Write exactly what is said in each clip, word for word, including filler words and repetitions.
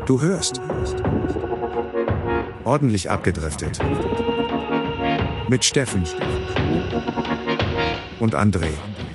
Du hörst. Ordentlich abgedriftet. Mit Steffen. Und André.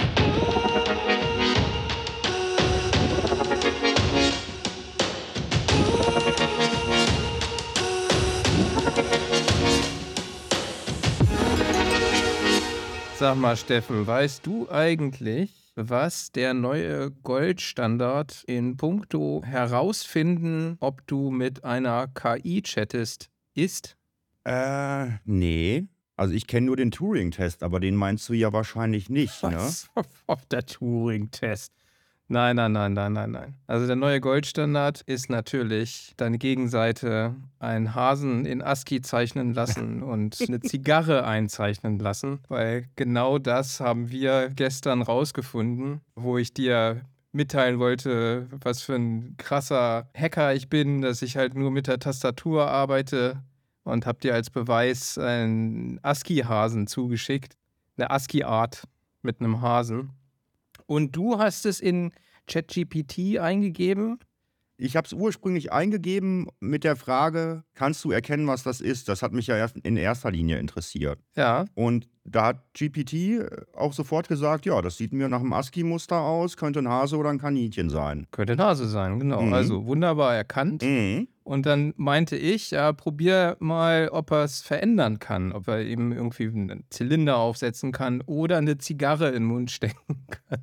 Sag mal, Steffen, weißt du eigentlich, was der neue Goldstandard in puncto herausfinden, ob du mit einer K I chattest, ist? Äh, nee. Also ich kenne nur den Turing-Test, aber den meinst du ja wahrscheinlich nicht, ne? Was? Auf der Turing-Test. Nein, nein, nein, nein, nein, nein. Also der neue Goldstandard ist natürlich deine Gegenseite einen Hasen in ASCII zeichnen lassen und eine Zigarre einzeichnen lassen, weil genau das haben wir gestern rausgefunden, wo ich dir mitteilen wollte, was für ein krasser Hacker ich bin, dass ich halt nur mit der Tastatur arbeite, und hab dir als Beweis einen ASCII-Hasen zugeschickt, eine ASCII-Art mit einem Hasen. Und du hast es in ChatGPT eingegeben? Ich habe es ursprünglich eingegeben mit der Frage, kannst du erkennen, was das ist? Das hat mich ja erst in erster Linie interessiert. Ja. Und da hat G P T auch sofort gesagt, ja, das sieht mir nach einem ASCII-Muster aus, könnte ein Hase oder ein Kaninchen sein. Könnte ein Hase sein, genau. Mhm. Also wunderbar erkannt. Mhm. Und dann meinte ich, ja, probier mal, ob er es verändern kann. Ob er eben irgendwie einen Zylinder aufsetzen kann oder eine Zigarre in den Mund stecken kann.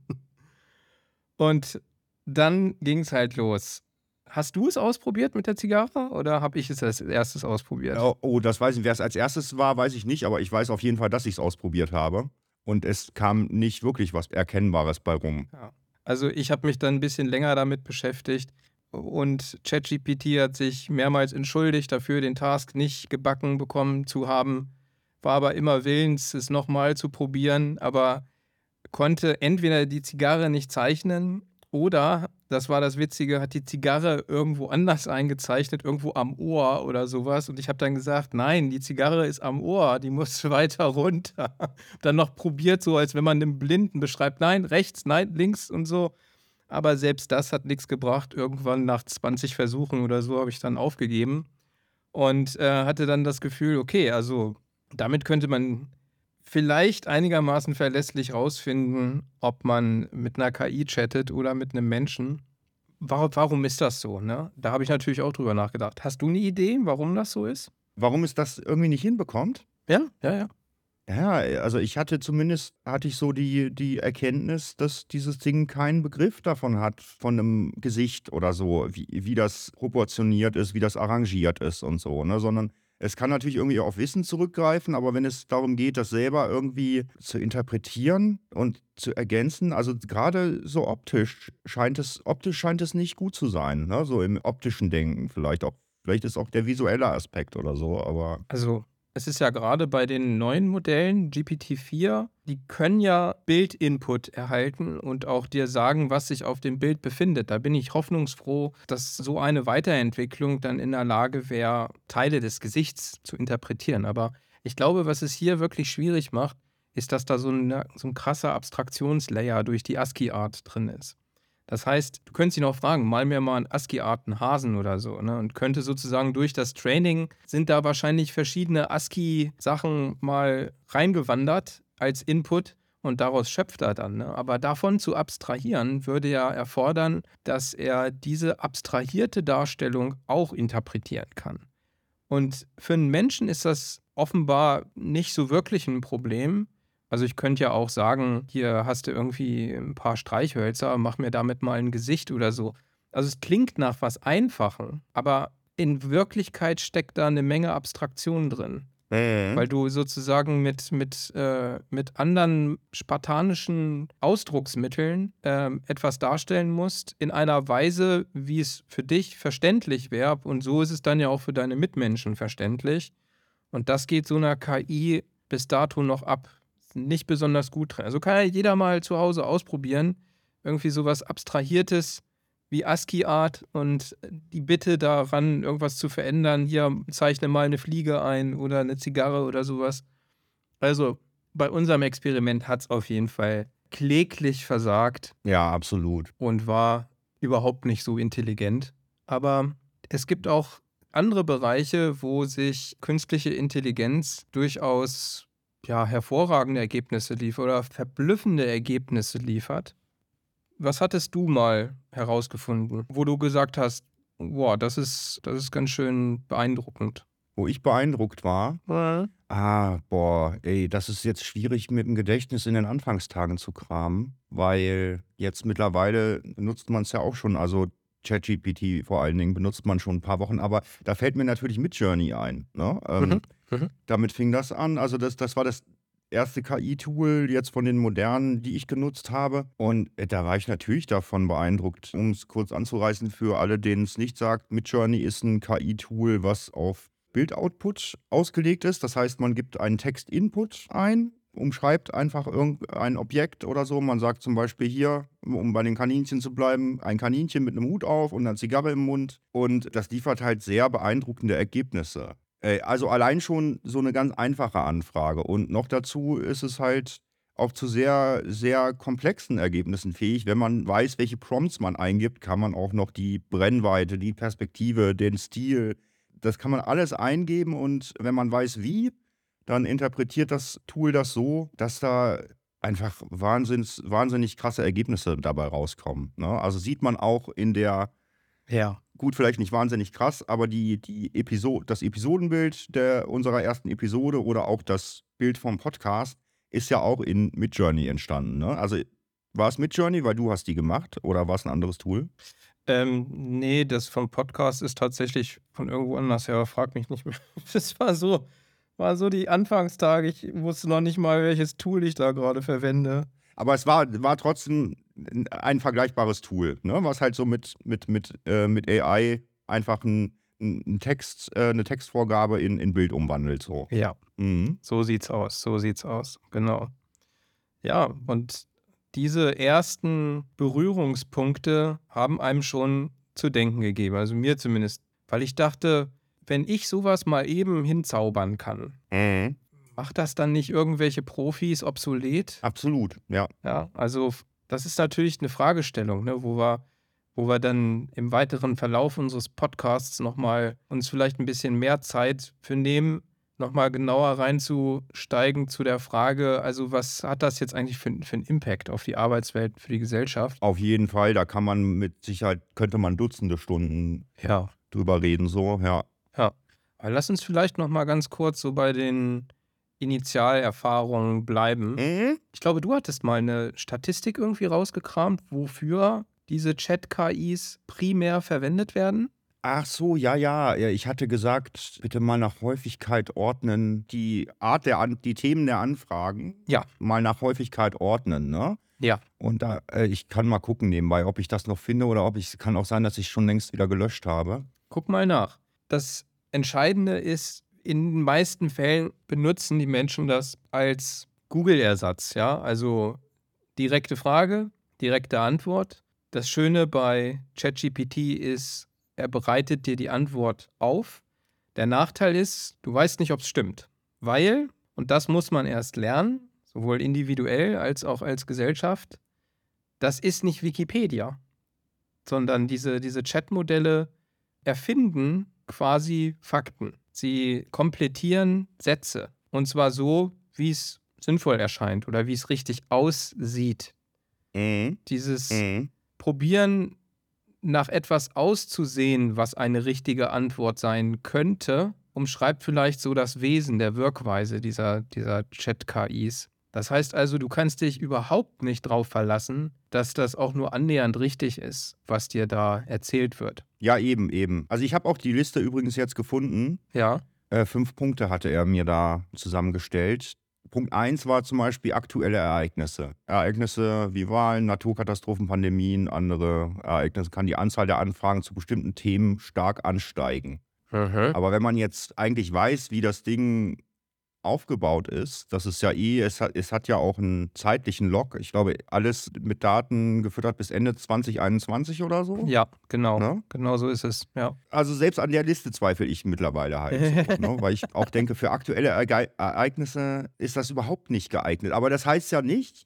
Und dann ging es halt los. Hast du es ausprobiert mit der Zigarre oder habe ich es als erstes ausprobiert? Oh, oh, das weiß ich. Wer es als erstes war, weiß ich nicht, aber ich weiß auf jeden Fall, dass ich es ausprobiert habe. Und es kam nicht wirklich was Erkennbares bei rum. Ja. Also ich habe mich dann ein bisschen länger damit beschäftigt und ChatGPT hat sich mehrmals entschuldigt dafür, den Task nicht gebacken bekommen zu haben, war aber immer willens, es nochmal zu probieren, aber konnte entweder die Zigarre nicht zeichnen oder, das war das Witzige, hat die Zigarre irgendwo anders eingezeichnet, irgendwo am Ohr oder sowas. Und ich habe dann gesagt, nein, die Zigarre ist am Ohr, die muss weiter runter. Dann noch probiert, so als wenn man einem Blinden beschreibt, nein, rechts, nein, links und so. Aber selbst das hat nichts gebracht. Irgendwann nach zwanzig Versuchen oder so habe ich dann aufgegeben und äh, hatte dann das Gefühl, okay, also damit könnte man vielleicht einigermaßen verlässlich rausfinden, ob man mit einer K I chattet oder mit einem Menschen. Warum, warum ist das so, ne? Da habe ich natürlich auch drüber nachgedacht. Hast du eine Idee, warum das so ist? Warum es das irgendwie nicht hinbekommt? Ja, ja, ja. Ja, also ich hatte zumindest, hatte ich so die, die Erkenntnis, dass dieses Ding keinen Begriff davon hat, von einem Gesicht oder so, wie, wie das proportioniert ist, wie das arrangiert ist und so, ne? Sondern es kann natürlich irgendwie auf Wissen zurückgreifen, aber wenn es darum geht, das selber irgendwie zu interpretieren und zu ergänzen, also gerade so optisch scheint es, optisch scheint es nicht gut zu sein, ne? So im optischen Denken vielleicht auch. Vielleicht ist auch der visuelle Aspekt oder so, aber Also, es ist ja gerade bei den neuen Modellen, G P T vier, die können ja Bildinput erhalten und auch dir sagen, was sich auf dem Bild befindet. Da bin ich hoffnungsfroh, dass so eine Weiterentwicklung dann in der Lage wäre, Teile des Gesichts zu interpretieren. Aber ich glaube, was es hier wirklich schwierig macht, ist, dass da so, eine, so ein krasser Abstraktionslayer durch die ASCII-Art drin ist. Das heißt, du könntest ihn auch fragen, mal mir mal einen ASCII-Art, einen Hasen oder so, ne? Und könnte sozusagen durch das Training, sind da wahrscheinlich verschiedene ASCII-Sachen mal reingewandert als Input und daraus schöpft er dann, ne? Aber davon zu abstrahieren, würde ja erfordern, dass er diese abstrahierte Darstellung auch interpretieren kann. Und für einen Menschen ist das offenbar nicht so wirklich ein Problem. Also ich könnte ja auch sagen, hier hast du irgendwie ein paar Streichhölzer, mach mir damit mal ein Gesicht oder so. Also es klingt nach was Einfachem, aber in Wirklichkeit steckt da eine Menge Abstraktion drin. Mhm. Weil du sozusagen mit, mit, äh, mit anderen spartanischen Ausdrucksmitteln ähm, etwas darstellen musst, in einer Weise, wie es für dich verständlich wäre. Und so ist es dann ja auch für deine Mitmenschen verständlich. Und das geht so einer K I bis dato noch ab. Nicht besonders gut drin. Also kann ja jeder mal zu Hause ausprobieren. Irgendwie sowas Abstrahiertes wie ASCII-Art und die Bitte daran, irgendwas zu verändern. Hier, zeichne mal eine Fliege ein oder eine Zigarre oder sowas. Also bei unserem Experiment hat es auf jeden Fall kläglich versagt ja, absolut. und war überhaupt nicht so intelligent. Aber es gibt auch andere Bereiche, wo sich künstliche Intelligenz durchaus ja, hervorragende Ergebnisse liefert oder verblüffende Ergebnisse liefert. Was hattest du mal herausgefunden, wo du gesagt hast, wow, das ist, das ist ganz schön beeindruckend? Wo ich beeindruckt war, Ja. ah, boah, ey, das ist jetzt schwierig mit dem Gedächtnis in den Anfangstagen zu kramen, weil jetzt mittlerweile nutzt man es ja auch schon, also ChatGPT vor allen Dingen benutzt man schon ein paar Wochen, aber da fällt mir natürlich Midjourney ein, ne? Ähm, Mhm. Mhm. Damit fing das an, also das, das war das erste K I-Tool jetzt von den modernen, die ich genutzt habe. Und äh, da war ich natürlich davon beeindruckt. Um es kurz anzureißen für alle, denen es nicht sagt, Midjourney ist ein K I-Tool, was auf Bildoutput ausgelegt ist. Das heißt, man gibt einen Text-Input ein, umschreibt einfach irgendein Objekt oder so. Man sagt zum Beispiel hier, um bei den Kaninchen zu bleiben, ein Kaninchen mit einem Hut auf und einer Zigarre im Mund. Und das liefert halt sehr beeindruckende Ergebnisse. Äh, Also allein schon so eine ganz einfache Anfrage. Und noch dazu ist es halt auch zu sehr, sehr komplexen Ergebnissen fähig. Wenn man weiß, welche Prompts man eingibt, kann man auch noch die Brennweite, die Perspektive, den Stil, das kann man alles eingeben. Und wenn man weiß, wie, dann interpretiert das Tool das so, dass da einfach wahnsinns, wahnsinnig krasse Ergebnisse dabei rauskommen. Ne? Also sieht man auch in der Ja. gut, vielleicht nicht wahnsinnig krass, aber die, die Episo das Episodenbild der, unserer ersten Episode oder auch das Bild vom Podcast ist ja auch in Midjourney entstanden. Ne? Also war es Midjourney, weil du hast die gemacht oder war es ein anderes Tool? Ähm, nee, das vom Podcast ist tatsächlich von irgendwo anders her, frag mich nicht mehr. Das war so, war so die Anfangstage. Ich wusste noch nicht mal, welches Tool ich da gerade verwende. Aber es war, war trotzdem ein vergleichbares Tool, ne? Was halt so mit, mit, mit, äh, mit A I einfach ein, ein Text, äh, eine Textvorgabe in, in Bild umwandelt. So. Ja, Mhm. so sieht's aus, so sieht's aus, genau. Ja, und diese ersten Berührungspunkte haben einem schon zu denken gegeben, also mir zumindest, weil ich dachte, wenn ich sowas mal eben hinzaubern kann, Mhm. macht das dann nicht irgendwelche Profis obsolet? Absolut, ja. Ja, also f- das ist natürlich eine Fragestellung, ne, wo wir, wo wir dann im weiteren Verlauf unseres Podcasts nochmal uns vielleicht ein bisschen mehr Zeit für nehmen, nochmal genauer reinzusteigen zu der Frage, also was hat das jetzt eigentlich für, für einen Impact auf die Arbeitswelt, für die Gesellschaft? Auf jeden Fall, da kann man mit Sicherheit, könnte man Dutzende Stunden Ja, drüber reden, so, ja. ja. Aber lass uns vielleicht nochmal ganz kurz so bei den Initialerfahrungen bleiben. Mhm. Ich glaube, du hattest mal eine Statistik irgendwie rausgekramt, wofür diese Chat-K Is primär verwendet werden. Ach so, ja, ja, ja, ich hatte gesagt, bitte mal nach Häufigkeit ordnen, die Art der, An die Themen der Anfragen Ja. mal nach Häufigkeit ordnen, ne? Ja. Und da, äh, ich kann mal gucken nebenbei, ob ich das noch finde oder ob ich, kann auch sein, dass ich schon längst wieder gelöscht habe. Guck mal nach. Das Entscheidende ist, in den meisten Fällen benutzen die Menschen das als Google-Ersatz, ja? Also direkte Frage, direkte Antwort. Das Schöne bei ChatGPT ist, er bereitet dir die Antwort auf. Der Nachteil ist, du weißt nicht, ob es stimmt. Weil, und das muss man erst lernen, sowohl individuell als auch als Gesellschaft, das ist nicht Wikipedia, sondern diese, diese Chatmodelle erfinden quasi Fakten. Sie komplettieren Sätze. Und zwar so, wie es sinnvoll erscheint oder wie es richtig aussieht. Mhm. Dieses Mhm. Probieren, nach etwas auszusehen, was eine richtige Antwort sein könnte, umschreibt vielleicht so das Wesen der Wirkweise dieser, dieser Chat-K Is. Das heißt also, du kannst dich überhaupt nicht drauf verlassen, dass das auch nur annähernd richtig ist, was dir da erzählt wird. Ja, eben, eben. Also ich habe auch die Liste übrigens jetzt gefunden. Ja, Äh, fünf Punkte hatte er mir da zusammengestellt. Punkt eins war zum Beispiel aktuelle Ereignisse. Ereignisse wie Wahlen, Naturkatastrophen, Pandemien, andere Ereignisse, kann die Anzahl der Anfragen zu bestimmten Themen stark ansteigen. Aber wenn man jetzt eigentlich weiß, wie das Ding aufgebaut ist, das ist ja eh, es hat, es hat ja auch einen zeitlichen Log. Ich glaube, alles mit Daten gefüttert bis Ende zwanzig einundzwanzig oder so. ja, genau. Ne? Genau so ist es. Ja. Also selbst an der Liste zweifle ich mittlerweile halt. ne? Weil ich auch denke, für aktuelle Erge Ereignisse ist das überhaupt nicht geeignet. Aber das heißt ja nicht,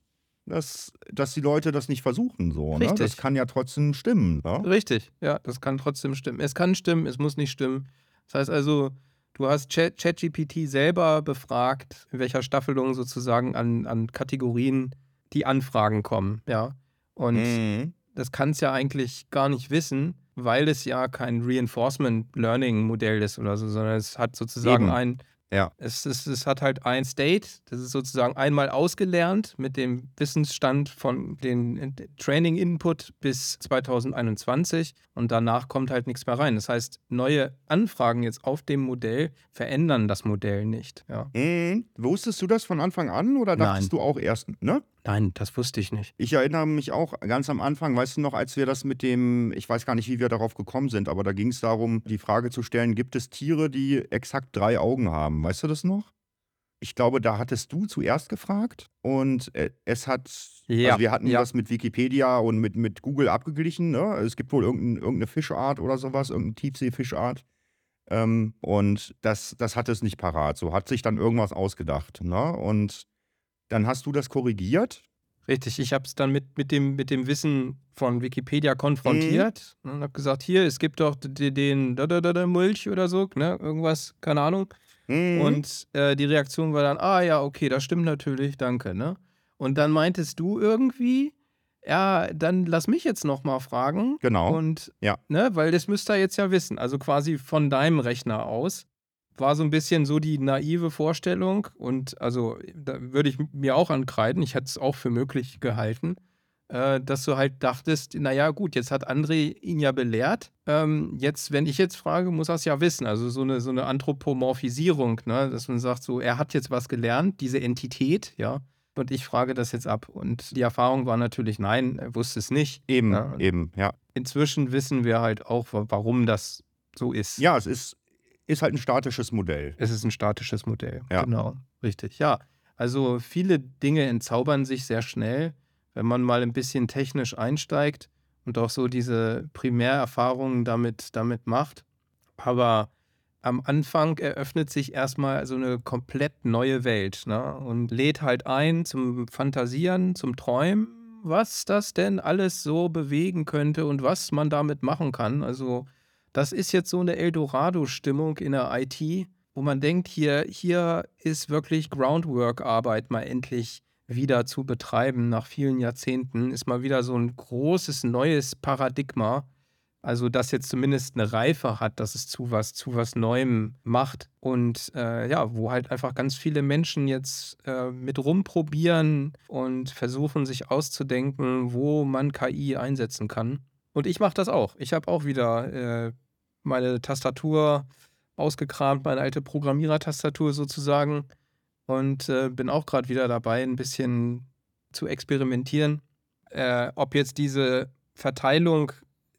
dass, dass die Leute das nicht versuchen. So, ne? Das Richtig. kann ja trotzdem stimmen. Ne? Richtig, ja, das kann trotzdem stimmen. Es kann stimmen, es muss nicht stimmen. Das heißt also, du hast Chat- ChatGPT selber befragt, in welcher Staffelung sozusagen an, an Kategorien die Anfragen kommen, ja. Und Mhm. das kann es ja eigentlich gar nicht wissen, weil es ja kein Reinforcement Learning Modell ist oder so, sondern es hat sozusagen Eben. ein, Ja. es, ist, es hat halt ein State, das ist sozusagen einmal ausgelernt mit dem Wissensstand von den Training-Input bis zwanzig einundzwanzig und danach kommt halt nichts mehr rein. Das heißt, neue Anfragen jetzt auf dem Modell verändern das Modell nicht. Ja. Mhm. Wusstest du das von Anfang an oder dachtest Nein. du auch erst, ne? Nein, das wusste ich nicht. Ich erinnere mich auch ganz am Anfang, weißt du noch, als wir das mit dem, ich weiß gar nicht, wie wir darauf gekommen sind, aber da ging es darum, die Frage zu stellen, gibt es Tiere, die exakt drei Augen haben? Weißt du das noch? Ich glaube, da hattest du zuerst gefragt und äh, es hat, Ja, also wir hatten ja. das mit Wikipedia und mit, mit Google abgeglichen, ne? Es gibt wohl irgendein, irgendeine Fischart oder sowas, irgendeine Tiefseefischart. Ähm, und das, das hat es nicht parat. So hat sich dann irgendwas ausgedacht. Ne? Und dann hast du das korrigiert. Richtig, ich habe es dann mit, mit, dem, mit dem Wissen von Wikipedia Mhm. konfrontiert und habe gesagt, hier, es gibt doch d- den da, da, da, da Mulch oder so, ne, irgendwas, keine Ahnung. Mhm. Und äh, die Reaktion war dann, ah ja, okay, das stimmt natürlich, danke, ne? Und dann meintest du irgendwie, ja, dann lass mich jetzt nochmal fragen. Genau. Und, Ja. ne, weil das müsst ihr jetzt ja wissen, also quasi von deinem Rechner aus. War so ein bisschen so die naive Vorstellung und also da würde ich mir auch ankreiden, ich hätte es auch für möglich gehalten, äh, dass du halt dachtest, naja gut, jetzt hat André ihn ja belehrt, ähm, jetzt, wenn ich jetzt frage, muss er es ja wissen, also so eine, so eine Anthropomorphisierung, ne? Dass man sagt so, er hat jetzt was gelernt, diese Entität, ja, und ich frage das jetzt ab und die Erfahrung war natürlich, nein, er wusste es nicht. Eben, Ja, und eben, ja. inzwischen wissen wir halt auch, wa- warum das so ist. Ja, es ist, ist halt ein statisches Modell. Es ist ein statisches Modell, Ja. genau, richtig. Ja, also viele Dinge entzaubern sich sehr schnell, wenn man mal ein bisschen technisch einsteigt und auch so diese Primärerfahrungen damit, damit macht. Aber am Anfang eröffnet sich erstmal so eine komplett neue Welt, ne? Und lädt halt ein zum Fantasieren, zum Träumen, was das denn alles so bewegen könnte und was man damit machen kann. Also das ist jetzt so eine Eldorado-Stimmung in der I T, wo man denkt, hier, hier ist wirklich Groundwork-Arbeit mal endlich wieder zu betreiben. Nach vielen Jahrzehnten ist mal wieder so ein großes neues Paradigma. Also, das jetzt zumindest eine Reife hat, dass es zu was zu was Neuem macht und, äh, ja, wo halt einfach ganz viele Menschen jetzt, äh, mit rumprobieren und versuchen, sich auszudenken, wo man K I einsetzen kann. Und ich mache das auch. Ich habe auch wieder, äh, meine Tastatur ausgekramt, meine alte Programmierertastatur sozusagen und, äh, bin auch gerade wieder dabei, ein bisschen zu experimentieren, äh, ob jetzt diese Verteilung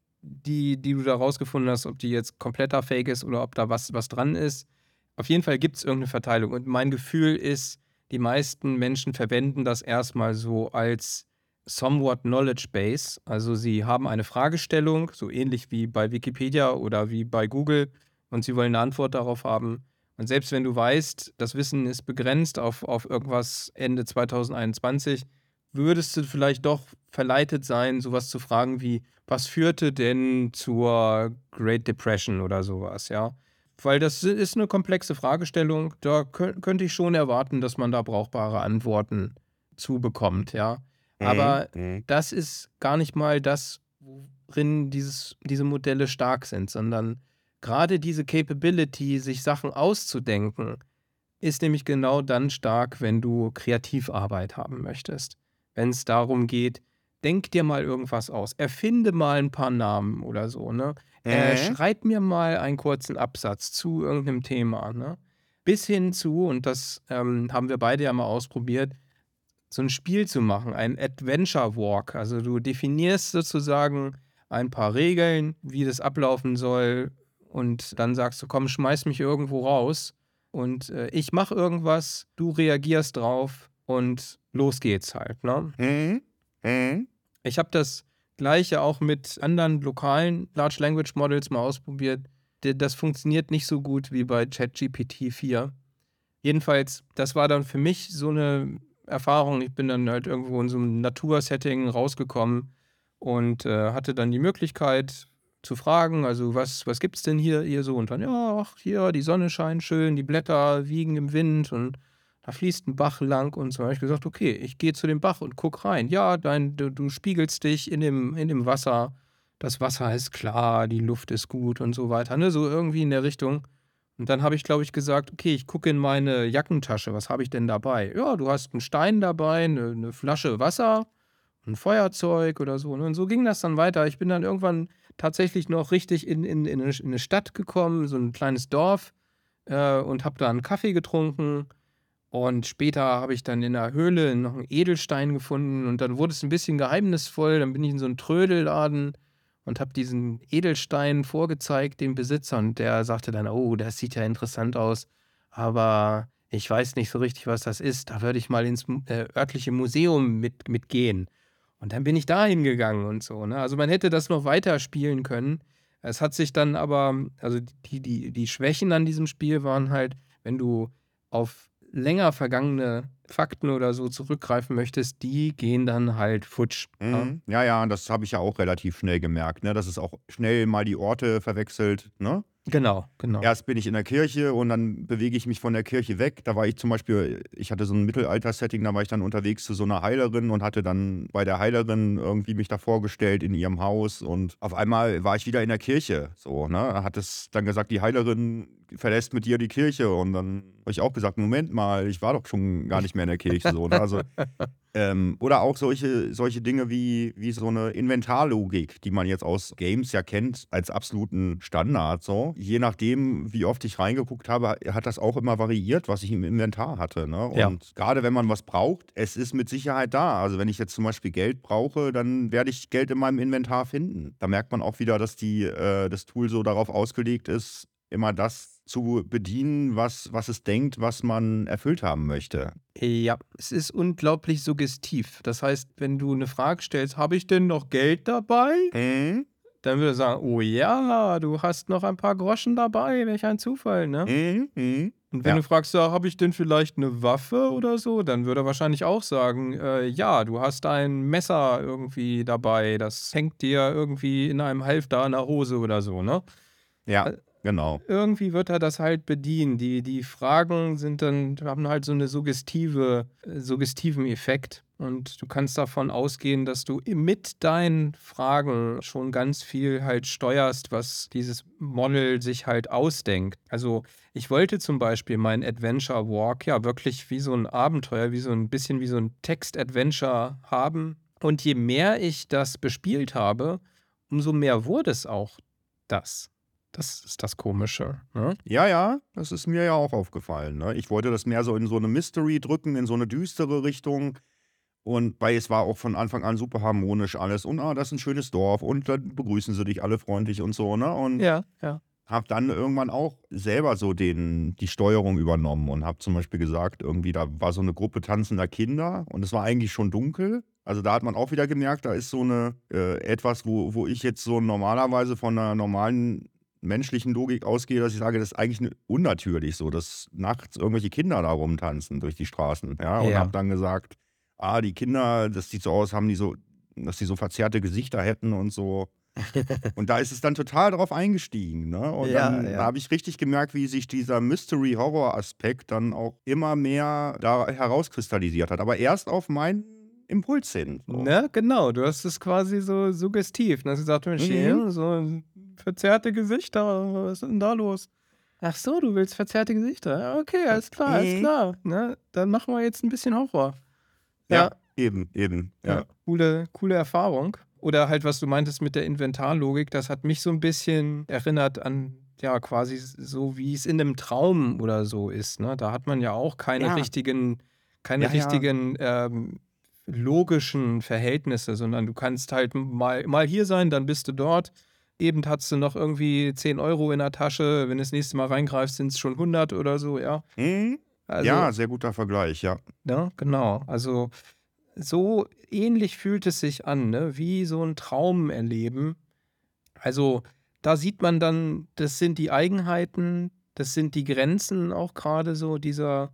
die, die du da rausgefunden hast, ob die jetzt kompletter Fake ist oder ob da was, was dran ist. Auf jeden Fall gibt es irgendeine Verteilung. Und mein Gefühl ist, die meisten Menschen verwenden das erstmal so als somewhat Knowledge Base. Also sie haben eine Fragestellung, so ähnlich wie bei Wikipedia oder wie bei Google, und sie wollen eine Antwort darauf haben. Und selbst wenn du weißt, das Wissen ist begrenzt auf, auf irgendwas Ende zwanzig einundzwanzig, würdest du vielleicht doch verleitet sein, sowas zu fragen wie, was führte denn zur Great Depression oder sowas, ja? Weil das ist eine komplexe Fragestellung, da kö- könnte ich schon erwarten, dass man da brauchbare Antworten zu bekommt, ja? Aber Mhm. das ist gar nicht mal das, worin dieses, diese Modelle stark sind, sondern gerade diese Capability, sich Sachen auszudenken, ist nämlich genau dann stark, wenn du Kreativarbeit haben möchtest. Wenn es darum geht, denk dir mal irgendwas aus, erfinde mal ein paar Namen oder so, ne? Äh, Mhm. schreib mir mal einen kurzen Absatz zu irgendeinem Thema, ne? Bis hin zu, und das ähm, haben wir beide ja mal ausprobiert, so ein Spiel zu machen, ein Adventure Walk. Also du definierst sozusagen ein paar Regeln, wie das ablaufen soll, und dann sagst du, komm, schmeiß mich irgendwo raus und äh, ich mache irgendwas, du reagierst drauf und los geht's halt, ne? Mhm. Mhm. Ich habe das Gleiche auch mit anderen lokalen Large Language Models mal ausprobiert. D- Das funktioniert nicht so gut wie bei ChatGPT vier. Jedenfalls, das war dann für mich so eine Erfahrung. Ich bin dann halt irgendwo in so einem Natursetting rausgekommen und äh, hatte dann die Möglichkeit zu fragen, also was, was gibt's denn hier, hier so? Und dann, ja, ach, hier, die Sonne scheint schön, die Blätter wiegen im Wind und da fließt ein Bach lang und so. Da habe ich gesagt, okay, ich gehe zu dem Bach und guck rein. Ja, dein, du, du spiegelst dich in dem, in dem Wasser. Das Wasser ist klar, die Luft ist gut und so weiter. Ne? So irgendwie in der Richtung. Und dann habe ich, glaube ich, gesagt, okay, ich gucke in meine Jackentasche. Was habe ich denn dabei? Ja, du hast einen Stein dabei, eine, eine Flasche Wasser, ein Feuerzeug oder so. Ne? Und so ging das dann weiter. Ich bin dann irgendwann tatsächlich noch richtig in, in, in eine in eine Stadt gekommen, so ein kleines Dorf, äh, und habe da einen Kaffee getrunken. Und später habe ich dann in der Höhle noch einen Edelstein gefunden und dann wurde es ein bisschen geheimnisvoll. Dann bin ich in so einen Trödelladen und habe diesen Edelstein vorgezeigt dem Besitzer und der sagte dann: „Oh, das sieht ja interessant aus, aber ich weiß nicht so richtig, was das ist. Da würde ich mal ins m äh, örtliche Museum mit mitgehen.“ Und dann bin ich da hingegangen und so, ne? Also, man hätte das noch weiterspielen können. Es hat sich dann aber also, die die die Schwächen an diesem Spiel waren halt, wenn du auf länger vergangene Fakten oder so zurückgreifen möchtest, die gehen dann halt futsch, ne? Mhm. Ja, ja, das habe ich ja auch relativ schnell gemerkt, ne, dass es auch schnell mal die Orte verwechselt, ne? Genau, genau. Erst bin ich in der Kirche und dann bewege ich mich von der Kirche weg. Da war ich zum Beispiel ich hatte so 'n Mittelalter-Setting, da war ich dann unterwegs zu so 'ner Heilerin und hatte dann bei der Heilerin irgendwie mich da vorgestellt in ihrem Haus und auf einmal war ich wieder in der Kirche, so, ne? Hat es dann gesagt, die Heilerin verlässt mit dir die Kirche und dann habe ich auch gesagt: „Moment mal, ich war doch schon gar nicht mehr in der Kirche“, so, ne? Also, ähm, oder auch solche solche Dinge wie wie so 'ne Inventarlogik, die man jetzt aus Games ja kennt als absoluten Standard so. Je nachdem, wie oft ich reingeguckt habe, hat das auch immer variiert, was ich im Inventar hatte, ne? Ja. Und grade wenn man was braucht, es ist mit Sicherheit da. Also, wenn ich jetzt zum Beispiel Geld brauche, dann werde ich Geld in meinem Inventar finden. Da merkt man auch wieder, dass die äh, das Tool so darauf ausgelegt ist, immer das zu bedienen, was was es denkt, was man erfüllt haben möchte. Ja, es ist unglaublich suggestiv. Das heißt, wenn du 'ne Frage stellst: „Habe ich denn noch Geld dabei?“ Mhm. Dann würde er sagen: „Oh ja, du hast noch ein paar Groschen dabei, welch ein Zufall“, ne? Mhm, mhm. Und wenn Ja. du fragst: „Ja, habe ich denn vielleicht 'ne Waffe oder so?“ Dann würde er wahrscheinlich auch sagen: „Äh, ja, du hast ein Messer irgendwie dabei, das hängt dir irgendwie in einem Halfter an der Hose“ oder so, ne? Ja, Äh, genau. irgendwie wird er das halt bedienen. Die die Fragen sind dann haben halt so 'ne suggestive äh, suggestiven Effekt und du kannst davon ausgehen, dass du i mit deinen Fragen schon ganz viel halt steuerst, was dieses Model sich halt ausdenkt. Also, ich wollte zum Beispiel mein Adventure Walk ja wirklich wie so 'n Abenteuer, wie so 'n bisschen wie so 'n Text-Adventure haben. Und je mehr ich das bespielt habe, umso mehr wurde es auch das. Das ist das Komische, ne? Ja, ja, das ist mir ja auch aufgefallen, ne? Ich wollte das mehr so in so 'ne Mystery drücken, in so 'ne düstere Richtung und weil es war auch von Anfang an super harmonisch alles und: „Ah, das ist 'n schönes Dorf“ und dann begrüßen sie dich alle freundlich und so, ne? Und Ja, ja. habe dann irgendwann auch selber so den die Steuerung übernommen und habe zum Beispiel gesagt, irgendwie da war so 'ne Gruppe tanzender Kinder und es war eigentlich schon dunkel. Also, da hat man auch wieder gemerkt, da ist so 'ne äh, etwas, wo wo ich jetzt so normalerweise von 'ner normalen menschlichen Logik ausgehe, dass ich sage, das ist eigentlich n unnatürlich so, dass nachts irgendwelche Kinder da rumtanzen durch die Straßen, ja? Und habe Ja. dann gesagt: „Ah, die Kinder, das sieht so aus, haben die so dass die so verzerrte Gesichter hätten und so.“ Und da ist es dann total drauf eingestiegen, ne? Und Ja, dann ja. habe ich richtig gemerkt, wie sich dieser Mystery-Horror-Aspekt dann auch immer mehr da herauskristallisiert hat, aber erst auf meinen Impuls hin, so. Ne, genau. Du hast es quasi so suggestiv, ne? Hast gesagt: „Mensch, Mhm. hier so verzerrte Gesichter, was ist denn da los?“ „Ach so, du willst verzerrte Gesichter? Ja, okay, Hm, alles klar, alles mhm. klar, ne? Dann machen wir jetzt 'n bisschen Horror.“ Ja, Ja, eben, eben, ja, ja. coole coole Erfahrung. Oder halt, was du meintest mit der Inventarlogik, das hat mich so 'n bisschen erinnert an, ja, quasi s so wie es in 'nem Traum oder so ist, ne? Da hat man ja auch keine Ja. richtigen keine Ja, ja. richtigen, ähm, logischen Verhältnisse, sondern du kannst halt m mal mal hier sein, dann bist du dort. Eben hattest du noch irgendwie zehn Euro in der Tasche, wenn du das nächste Mal reingreifst, sind's schon hundert oder so, ja. Mhm. Also Ja, sehr guter Vergleich, ja. ne, genau. Also, so ähnlich fühlt es sich an, ne, wie so 'n Traum erleben. Also, da sieht man dann, das sind die Eigenheiten, das sind die Grenzen auch grade so dieser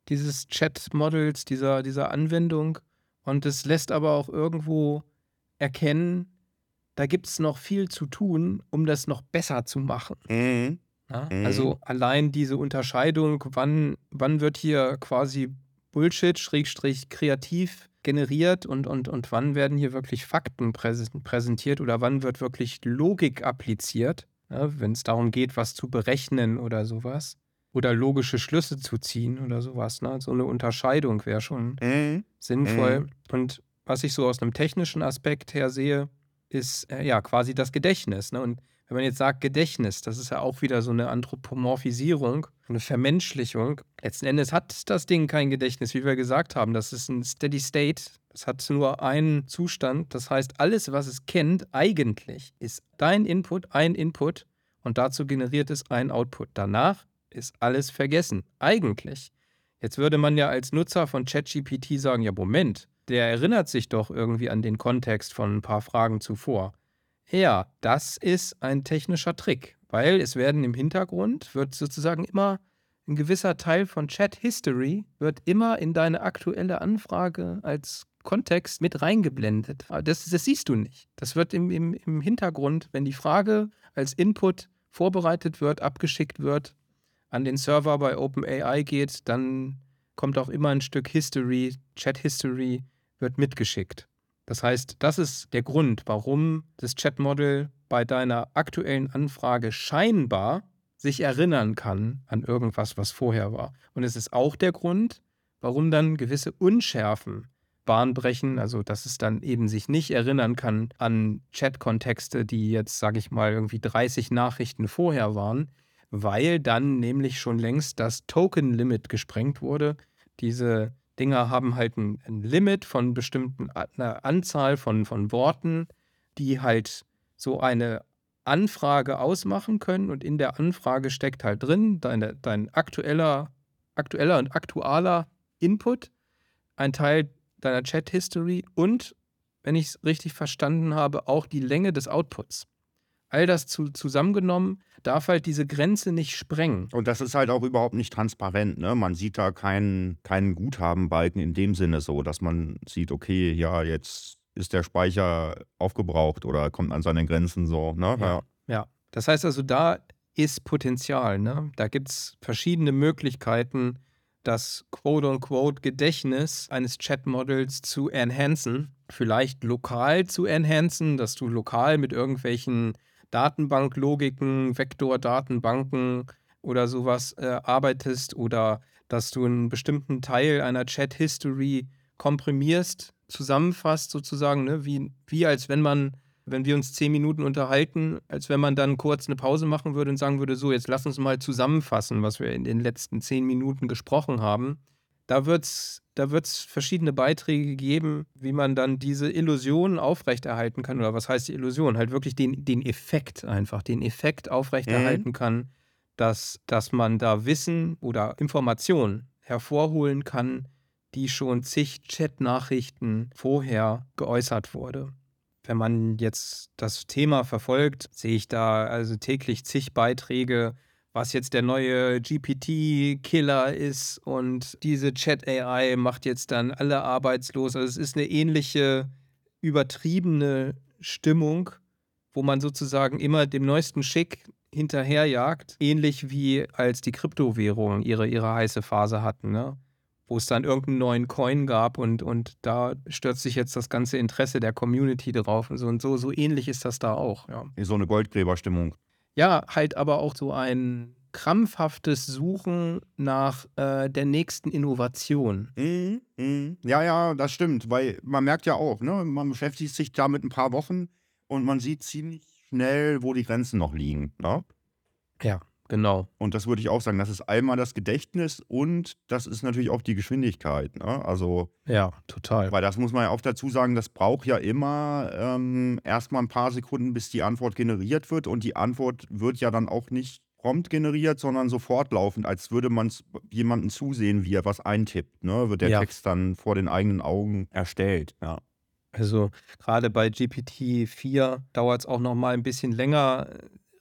dieses Chat-Models, dieser, dieser Anwendung. Und es lässt aber auch irgendwo erkennen, da gibt es noch viel zu tun, um das noch besser zu machen. Mhm. Ja? Mhm. Also allein diese Unterscheidung, wann, wann wird hier quasi Bullshit, Schrägstrich kreativ generiert und, und, und wann werden hier wirklich Fakten präsen- präsentiert oder wann wird wirklich Logik appliziert, ja, wenn es darum geht, was zu berechnen oder sowas. Oder logische Schlüsse zu ziehen oder sowas. Ne? So eine Unterscheidung wäre schon Mhm. sinnvoll. Mhm. Und was ich so aus einem technischen Aspekt her sehe, ist äh, ja quasi das Gedächtnis. Ne? Und wenn man jetzt sagt Gedächtnis, das ist ja auch wieder so eine Anthropomorphisierung, eine Vermenschlichung. Letzten Endes hat das Ding kein Gedächtnis, wie wir gesagt haben. Das ist ein Steady State. Das hat nur einen Zustand. Das heißt, alles, was es kennt, eigentlich ist dein Input, ein Input und dazu generiert es ein Output. Danach ist alles vergessen. Eigentlich. Jetzt würde man ja als Nutzer von ChatGPT sagen, ja Moment, der erinnert sich doch irgendwie an den Kontext von ein paar Fragen zuvor. Ja, das ist ein technischer Trick, weil es werden im Hintergrund, wird sozusagen immer ein gewisser Teil von Chat History, wird immer in deine aktuelle Anfrage als Kontext mit reingeblendet. Aber Das, das siehst du nicht. Das wird im, im, im Hintergrund, wenn die Frage als Input vorbereitet wird, abgeschickt wird, an den Server bei OpenAI geht, dann kommt auch immer ein Stück History, Chat History wird mitgeschickt. Das heißt, das ist der Grund, warum das Chatmodel bei deiner aktuellen Anfrage scheinbar sich erinnern kann an irgendwas, was vorher war. Und es ist auch der Grund, warum dann gewisse Unschärfen Bahn brechen, also dass es dann eben sich nicht erinnern kann an Chat-Kontexte, die jetzt, sage ich mal, irgendwie dreißig Nachrichten vorher waren, weil dann nämlich schon längst das Token-Limit gesprengt wurde. Diese Dinger haben halt ein, ein Limit von bestimmten A- einer Anzahl von, von Worten, die halt so eine Anfrage ausmachen können. Und in der Anfrage steckt halt drin deine, dein aktueller, aktueller und aktualer Input, ein Teil deiner Chat-History und, wenn ich es richtig verstanden habe, auch die Länge des Outputs. All das zu, zusammengenommen darf halt diese Grenze nicht sprengen. Und das ist halt auch überhaupt nicht transparent, ne? Man sieht da keinen, keinen Guthabenbalken in dem Sinne so, dass man sieht, okay, ja, jetzt ist der Speicher aufgebraucht oder kommt an seine Grenzen so, ne? Ja, Ja. ja. Das heißt also, da ist Potenzial. Ne? Da gibt es verschiedene Möglichkeiten, das quote-unquote Gedächtnis eines Chatmodels zu enhancen. Vielleicht lokal zu enhancen, dass du lokal mit irgendwelchen Datenbanklogiken, Vektordatenbanken oder sowas äh, arbeitest oder dass du einen bestimmten Teil einer Chat-History komprimierst, zusammenfasst sozusagen, ne? wie, wie als wenn man wenn wir uns zehn Minuten unterhalten, als wenn man dann kurz eine Pause machen würde und sagen würde, so, jetzt lass uns mal zusammenfassen, was wir in den letzten zehn Minuten gesprochen haben. Da wird es da wird's verschiedene Beiträge geben, wie man dann diese Illusion aufrechterhalten kann. Oder was heißt die Illusion? Halt wirklich den, den Effekt einfach, den Effekt Mhm. aufrechterhalten kann, dass, dass man da Wissen oder Informationen hervorholen kann, die schon zig Chat-Nachrichten vorher geäußert wurde. Wenn man jetzt das Thema verfolgt, sehe ich da also täglich zig Beiträge, was jetzt der neue G P T-Killer ist und diese Chat-A I macht jetzt dann alle arbeitslos. Also es ist eine ähnliche übertriebene Stimmung, wo man sozusagen immer dem neuesten Schick hinterherjagt, ähnlich wie als die Kryptowährungen ihre, ihre heiße Phase hatten, ne? Wo es dann irgendeinen neuen Coin gab und, und da stürzt sich jetzt das ganze Interesse der Community drauf und so und so, so ähnlich ist das da auch, ja. So eine Goldgräberstimmung. Ja, halt aber auch so ein krampfhaftes Suchen nach äh, der nächsten Innovation. Mhm. Mhm. Ja, ja, das stimmt, weil man merkt ja auch, ne, man beschäftigt sich damit ein paar Wochen und man sieht ziemlich schnell, wo die Grenzen noch liegen, ne? Ja, genau. Und das würde ich auch sagen, das ist einmal das Gedächtnis und das ist natürlich auch die Geschwindigkeit, ne? Also, Ja, total. weil das muss man ja auch dazu sagen, das braucht ja immer ähm, erstmal ein paar Sekunden, bis die Antwort generiert wird. Und die Antwort wird ja dann auch nicht prompt generiert, sondern so fortlaufend, als würde man jemandem zusehen, wie er was eintippt. Ne? Wird der Ja. Text dann vor den eigenen Augen erstellt. Ja. Also gerade bei G P T vier dauert es auch noch mal ein bisschen länger,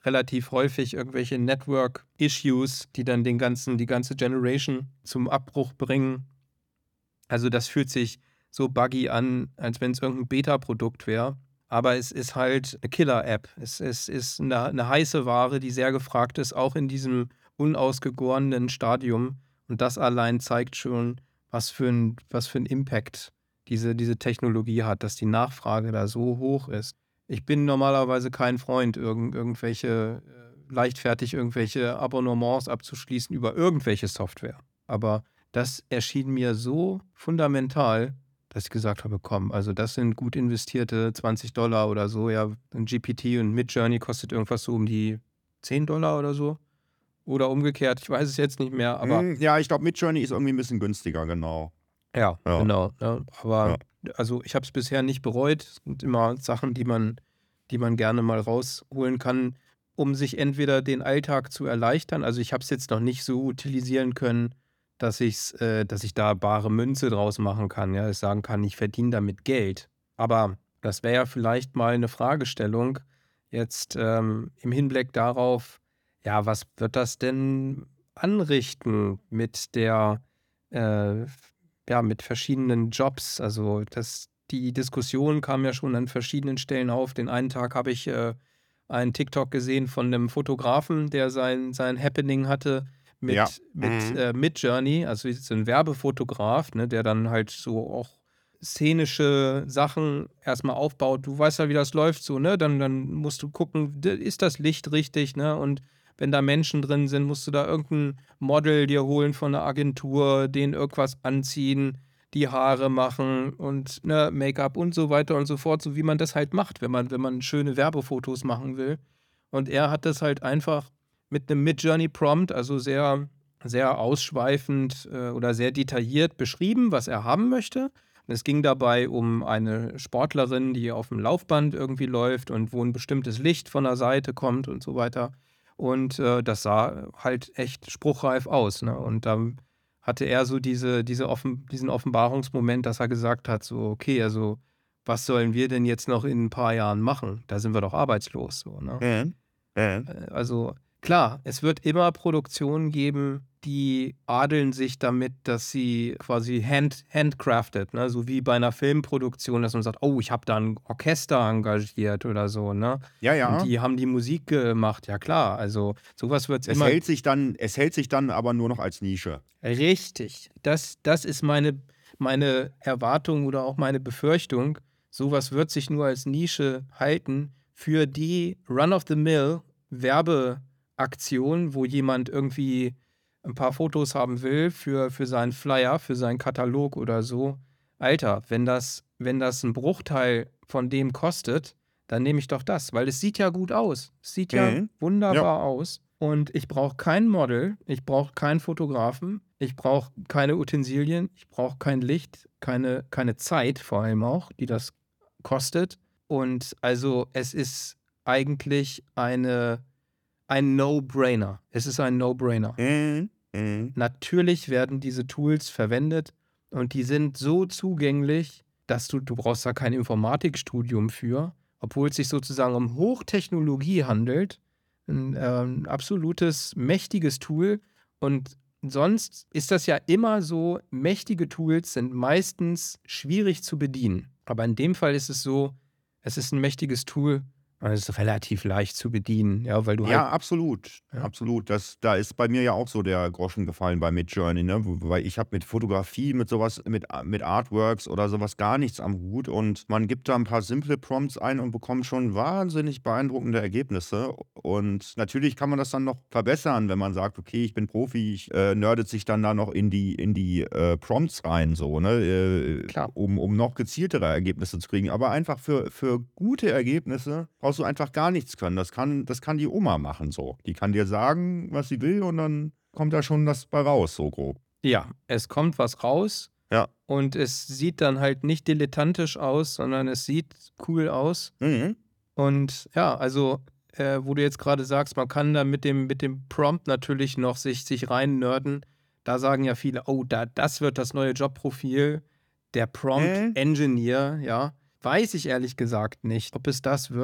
relativ häufig irgendwelche Network-Issues, die dann den ganzen, die ganze Generation zum Abbruch bringen. Also das fühlt sich so buggy an, als wenn es irgendein Beta-Produkt wäre. Aber es ist halt eine Killer-App. Es, es ist eine, eine heiße Ware, die sehr gefragt ist, auch in diesem unausgegorenen Stadium. Und das allein zeigt schon, was für ein, was für ein Impact diese, diese Technologie hat, dass die Nachfrage da so hoch ist. Ich bin normalerweise kein Freund, irgend, irgendwelche, äh, leichtfertig irgendwelche Abonnements abzuschließen über irgendwelche Software. Aber das erschien mir so fundamental, dass ich gesagt habe, komm, also das sind gut investierte zwanzig Dollar oder so. Ja, ein G P T und Midjourney kostet irgendwas so um die zehn Dollar oder so. Oder umgekehrt, ich weiß es jetzt nicht mehr, aber Hm, ja, ich glaube, Midjourney ist irgendwie ein bisschen günstiger, genau. ja, Ja, genau. Ne? Aber ja. also ich habe es bisher nicht bereut. Es sind immer Sachen, die man, die man gerne mal rausholen kann, um sich entweder den Alltag zu erleichtern. Also ich habe es jetzt noch nicht so utilisieren können, dass ich's, äh, dass ich da bare Münze draus machen kann. Ja, ich sagen kann, ich verdiene damit Geld. Aber das wäre ja vielleicht mal eine Fragestellung jetzt ähm, im Hinblick darauf, ja, was wird das denn anrichten mit der äh, ja, mit verschiedenen Jobs. Also das, die Diskussion kam ja schon an verschiedenen Stellen auf. Den einen Tag habe ich äh, einen TikTok gesehen von einem Fotografen, der sein, sein Happening hatte Ja. mit, mit Mhm. äh, Midjourney, also so ein Werbefotograf, ne, der dann halt so auch szenische Sachen erstmal aufbaut. Du weißt ja, wie das läuft so, ne? Dann, dann musst du gucken, d- ist das Licht richtig, ne? Und wenn da Menschen drin sind, musst du da irgendein Model dir holen von einer Agentur, denen irgendwas anziehen, die Haare machen und ne, Make-up und so weiter und so fort, so wie man das halt macht, wenn man, wenn man schöne Werbefotos machen will. Und er hat das halt einfach mit einem Midjourney-Prompt, also sehr, sehr ausschweifend äh, oder sehr detailliert beschrieben, was er haben möchte. Und es ging dabei um eine Sportlerin, die auf dem Laufband irgendwie läuft und wo ein bestimmtes Licht von der Seite kommt und so weiter. Und äh, das sah halt echt spruchreif aus. Ne? Und dann hatte er so diese, diese offen, diesen Offenbarungsmoment, dass er gesagt hat, so, okay, also was sollen wir denn jetzt noch in ein paar Jahren machen? Da sind wir doch arbeitslos. So, ne? Mhm. Mhm. Äh, Also klar, es wird immer Produktionen geben, die adeln sich damit, dass sie quasi hand, handcrafted, ne? So wie bei einer Filmproduktion, dass man sagt, oh, ich habe da ein Orchester engagiert oder so, ne? Ja, Und ja. die haben die Musik gemacht, ja klar. Also sowas wird es Es immer hält sich dann, es hält sich dann aber nur noch als Nische. richtig. Das, das ist meine, meine Erwartung oder auch meine Befürchtung. Sowas wird sich nur als Nische halten für die Run-of-the-Mill Werbeaktion, wo jemand irgendwie ein paar Fotos haben will für, für seinen Flyer, für seinen Katalog oder so. Alter, wenn das, wenn das ein Bruchteil von dem kostet, dann nehme ich doch das, weil es sieht ja gut aus. Es sieht ja Mhm. Ja. wunderbar aus. Und ich brauche kein Model, ich brauche keinen Fotografen, ich brauche keine Utensilien, ich brauche kein Licht, keine, keine Zeit vor allem auch, die das kostet. Und also es ist eigentlich eine, ein No-Brainer. Es ist ein No-Brainer. Mhm. Mhm. Natürlich werden diese Tools verwendet und die sind so zugänglich, dass du, du brauchst da kein Informatikstudium für, obwohl es sich sozusagen um Hochtechnologie handelt. Ein ähm, absolutes, mächtiges Tool. Und sonst ist das ja immer so, mächtige Tools sind meistens schwierig zu bedienen. Aber in dem Fall ist es so, es ist ein mächtiges Tool und es ist relativ leicht zu bedienen, ja, weil du halt, Ja, absolut. ja, Absolut. Das, da ist bei mir ja auch so der Groschen gefallen bei Midjourney, ne? Wo- Weil ich habe mit Fotografie, mit sowas, mit, mit Artworks oder sowas gar nichts am Hut und man gibt da ein paar simple Prompts ein und bekommt schon wahnsinnig beeindruckende Ergebnisse. Und natürlich kann man das dann noch verbessern, wenn man sagt, okay, ich bin Profi, ich äh, nerdet sich dann da noch in die, in die äh, Prompts rein, so, ne? Äh, klar. um, um noch gezieltere Ergebnisse zu kriegen. Aber einfach für, für gute Ergebnisse brauchst du einfach gar nichts können. Das kann, das kann die Oma machen so. Die kann dir sagen, was sie will und dann kommt da schon das bei raus, so grob. Ja, es kommt was raus Ja. und es sieht dann halt nicht dilettantisch aus, sondern es sieht cool aus. Mhm. Und ja, also, äh, wo du jetzt gerade sagst, man kann da mit dem, mit dem Prompt natürlich noch sich, sich rein nerden. Da sagen ja viele, oh, da, das wird das neue Jobprofil. Der Prompt Mhm. Engineer, ja. Weiß ich ehrlich gesagt nicht, ob es das wird,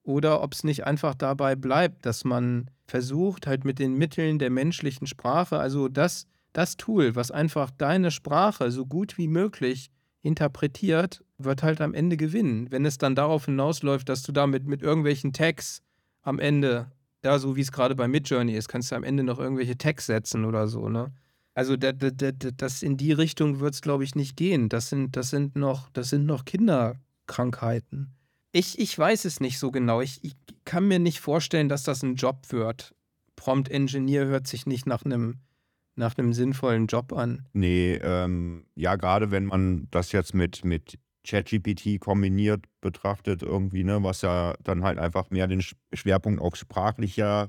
oder ob es nicht einfach dabei bleibt, dass man versucht, halt mit den Mitteln der menschlichen Sprache, also das, das Tool, was einfach deine Sprache so gut wie möglich interpretiert, wird halt am Ende gewinnen. Wenn es dann darauf hinausläuft, dass du damit mit irgendwelchen Tags am Ende, ja, so wie es gerade bei Midjourney ist, kannst du am Ende noch irgendwelche Tags setzen oder so, ne? Also da, da, da, das in die Richtung wird es, glaube ich, nicht gehen. Das sind, das sind noch, das sind noch Kinderkrankheiten. Ich, ich weiß es nicht so genau. Ich, ich kann mir nicht vorstellen, dass das ein Job wird. Prompt Engineer hört sich nicht nach einem nach einem sinnvollen Job an. Nee, ähm, ja, gerade wenn man das jetzt mit, mit ChatGPT kombiniert betrachtet, irgendwie, ne, was ja dann halt einfach mehr den Sch- Schwerpunkt auf sprachlicher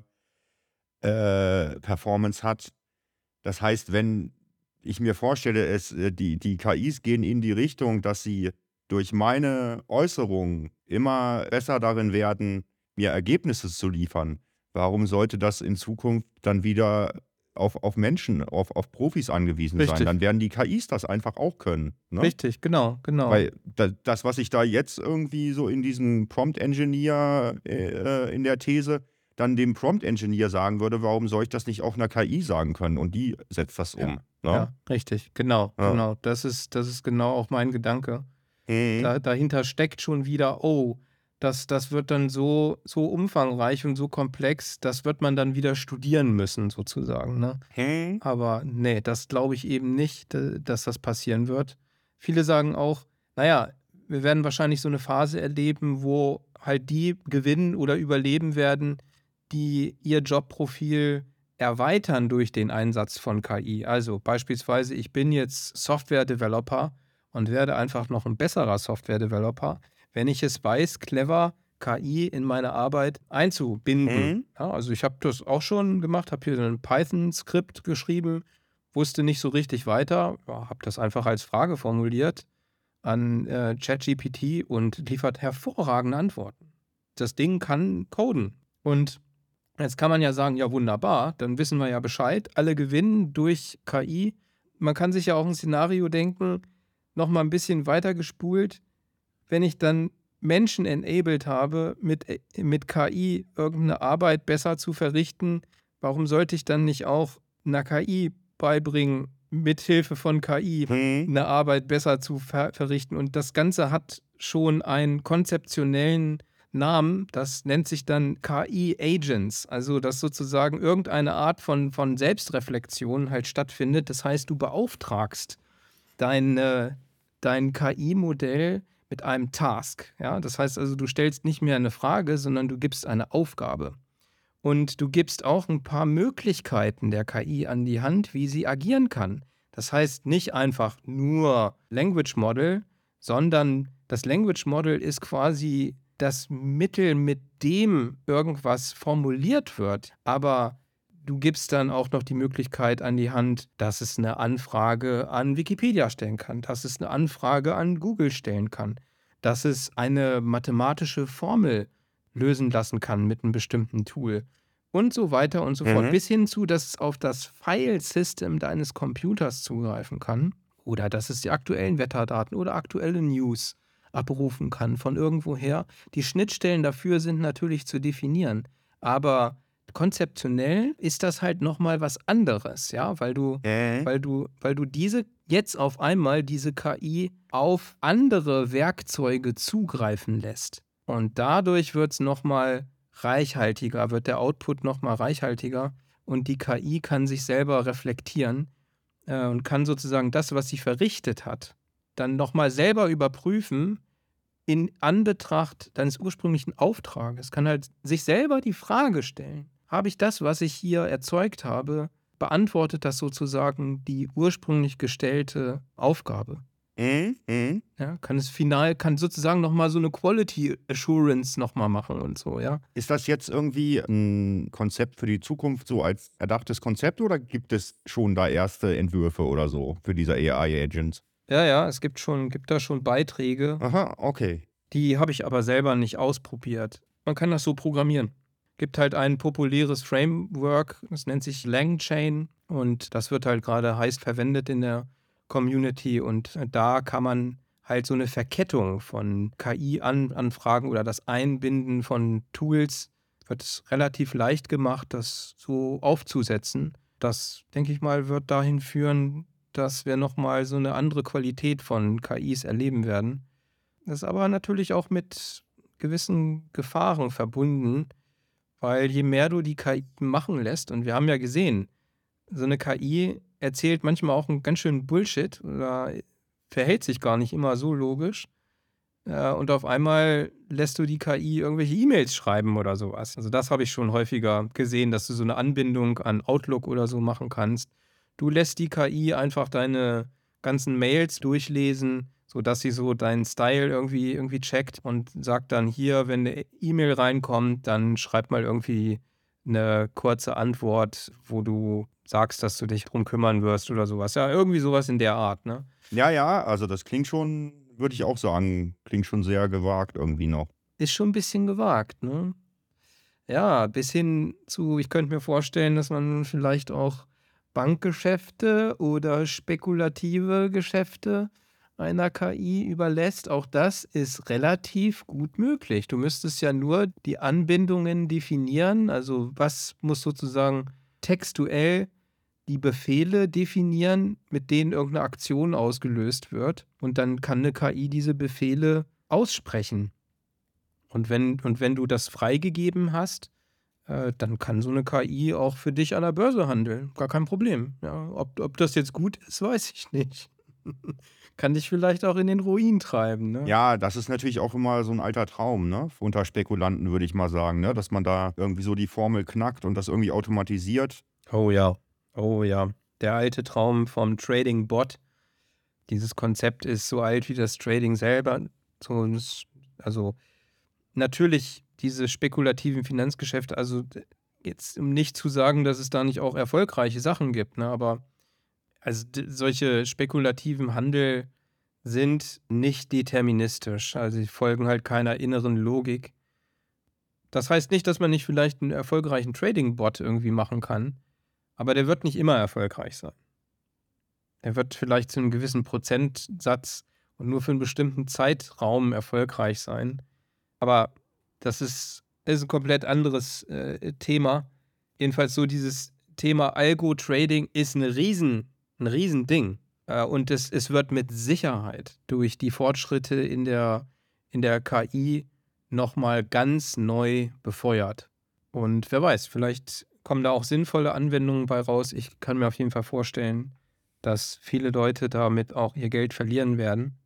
äh, Performance hat. Das heißt, wenn ich mir vorstelle, es, äh, die, die K Is gehen in die Richtung, dass sie durch meine Äußerungen immer besser darin werden, mir Ergebnisse zu liefern, warum sollte das in Zukunft dann wieder auf, auf Menschen, auf, auf Profis angewiesen sein? Richtig, Dann werden die K Is das einfach auch können. Ne? richtig, genau, genau. Weil da, das, was ich da jetzt irgendwie so in diesem Prompt Engineer äh, in der These dann dem Prompt Engineer sagen würde, warum soll ich das nicht auch einer K I sagen können? Und die setzt das Ja, um. Ne? ja, richtig, genau, Ja. genau. Das ist, das ist genau auch mein Gedanke. Mhm. Da, dahinter steckt schon wieder, oh, das, das wird dann so, so umfangreich und so komplex, das wird man dann wieder studieren müssen, sozusagen, ne? Mhm. Aber nee, das glaube ich eben nicht, d- dass das passieren wird. Viele sagen auch, naja, wir werden wahrscheinlich so eine Phase erleben, wo halt die gewinnen oder überleben werden, die ihr Jobprofil erweitern durch den Einsatz von K I. Also beispielsweise, ich bin jetzt Software-Developer und werde einfach noch ein besserer Software-Developer, wenn ich es weiß, clever K I in meine Arbeit einzubinden. Mhm. Ja, also ich habe das auch schon gemacht, habe hier ein Python-Skript geschrieben, wusste nicht so richtig weiter, ja, habe das einfach als Frage formuliert an äh, ChatGPT und liefert hervorragende Antworten. Das Ding kann coden. Und jetzt kann man ja sagen, ja wunderbar, dann wissen wir ja Bescheid, alle gewinnen durch K I. Man kann sich ja auch ein Szenario denken, nochmal ein bisschen weiter gespult, wenn ich dann Menschen enabled habe, mit, äh, mit K I irgendeine Arbeit besser zu verrichten, warum sollte ich dann nicht auch einer K I beibringen, mithilfe von K I Mhm. eine Arbeit besser zu ver verrichten? Und das Ganze hat schon einen konzeptionellen Namen, das nennt sich dann K I-Agents, also dass sozusagen irgendeine Art von, von Selbstreflexion halt stattfindet. Das heißt, du beauftragst dein, äh, dein K I-Modell mit einem Task. Ja? Das heißt also, du stellst nicht mehr eine Frage, sondern du gibst eine Aufgabe. Und du gibst auch ein paar Möglichkeiten der K I an die Hand, wie sie agieren kann. Das heißt nicht einfach nur Language Model, sondern das Language Model ist quasi das Mittel, mit dem irgendwas formuliert wird. Aber du gibst dann auch noch die Möglichkeit an die Hand, dass es eine Anfrage an Wikipedia stellen kann, dass es eine Anfrage an Google stellen kann, dass es eine mathematische Formel lösen lassen kann mit einem bestimmten Tool und so weiter und so fort. Mhm. Bis hin zu, dass es auf das File-System deines Computers zugreifen kann oder dass es die aktuellen Wetterdaten oder aktuelle News abrufen kann von irgendwoher. Die Schnittstellen dafür sind natürlich zu definieren, aber konzeptionell ist das halt nochmal was anderes, ja, weil du, Mhm. weil du, weil du diese jetzt auf einmal diese K I auf andere Werkzeuge zugreifen lässt. Und dadurch wird es nochmal reichhaltiger, wird der Output nochmal reichhaltiger und die K I kann sich selber reflektieren äh, und kann sozusagen das, was sie verrichtet hat, dann nochmal selber überprüfen in Anbetracht deines ursprünglichen Auftrages. Kann halt sich selber die Frage stellen, habe ich das, was ich hier erzeugt habe, beantwortet das sozusagen die ursprünglich gestellte Aufgabe? Mhm. Mhm. Ja, kann es final, kann sozusagen nochmal so eine Quality Assurance nochmal machen und so, ja. Ist das jetzt irgendwie ein Konzept für die Zukunft, so als erdachtes Konzept, oder gibt es schon da erste Entwürfe oder so für diese A I-Agents? Ja, ja, es gibt schon, gibt da schon Beiträge, Aha, okay. die habe ich aber selber nicht ausprobiert. Man kann das so programmieren. Gibt halt ein populäres Framework, das nennt sich LangChain und das wird halt gerade heiß verwendet in der Community und da kann man halt so eine Verkettung von K I-Anfragen oder das Einbinden von Tools wird es relativ leicht gemacht, das so aufzusetzen. Das, denke ich mal, wird dahin führen, dass wir nochmal so eine andere Qualität von K Is erleben werden. Das ist aber natürlich auch mit gewissen Gefahren verbunden, weil je mehr du die K I machen lässt, und wir haben ja gesehen, so eine K I erzählt manchmal auch einen ganz schönen Bullshit oder verhält sich gar nicht immer so logisch. Äh, und auf einmal lässt du die K I irgendwelche E-Mails schreiben oder sowas. Also das habe ich schon häufiger gesehen, dass du so eine Anbindung an Outlook oder so machen kannst. Du lässt die K I einfach deine ganzen Mails durchlesen, sodass sie so deinen Style irgendwie, irgendwie checkt und sagt dann hier, wenn eine E-Mail reinkommt, dann schreib mal irgendwie eine kurze Antwort, wo du sagst, dass du dich drum kümmern wirst oder sowas. Ja, irgendwie sowas in der Art, ne? Ja, ja, also das klingt schon, würde ich auch sagen, klingt schon sehr gewagt irgendwie noch. Ist schon ein bisschen gewagt, ne? Ja, bis hin zu, ich könnte mir vorstellen, dass man vielleicht auch Bankgeschäfte oder spekulative Geschäfte einer K I überlässt. Auch das ist relativ gut möglich. Du müsstest ja nur die Anbindungen definieren, also was muss sozusagen textuell die Befehle definieren, mit denen irgendeine Aktion ausgelöst wird. Und dann kann eine K I diese Befehle aussprechen. Und wenn, und wenn du das freigegeben hast, äh, dann kann so eine K I auch für dich an der Börse handeln. Gar kein Problem. Ja, ob, ob das jetzt gut ist, weiß ich nicht. Kann dich vielleicht auch in den Ruin treiben, ne? Ja, das ist natürlich auch immer so ein alter Traum, ne? Unter Spekulanten würde ich mal sagen, ne? Dass man da irgendwie so die Formel knackt und das irgendwie automatisiert. Oh ja, oh ja. Der alte Traum vom Trading Bot. Dieses Konzept ist so alt wie das Trading selber. So, das- also natürlich diese spekulativen Finanzgeschäfte, also d- jetzt um nicht zu sagen, dass es da nicht auch erfolgreiche Sachen gibt, ne? Aber also d- solche spekulativen Handel sind nicht deterministisch. Also sie folgen halt keiner inneren Logik. Das heißt nicht, dass man nicht vielleicht einen erfolgreichen Trading-Bot irgendwie machen kann, aber der wird nicht immer erfolgreich sein. Er wird vielleicht zu einem gewissen Prozentsatz und nur für einen bestimmten Zeitraum erfolgreich sein. Aber das ist, ist ein komplett anderes äh, Thema. Jedenfalls so dieses Thema Algo-Trading ist eine riesen, ein Riesending. Äh, und es, es wird mit Sicherheit durch die Fortschritte in der, in der K I nochmal ganz neu befeuert. Und wer weiß, vielleicht kommen da auch sinnvolle Anwendungen bei raus. Ich kann mir auf jeden Fall vorstellen, dass viele Leute damit auch ihr Geld verlieren werden.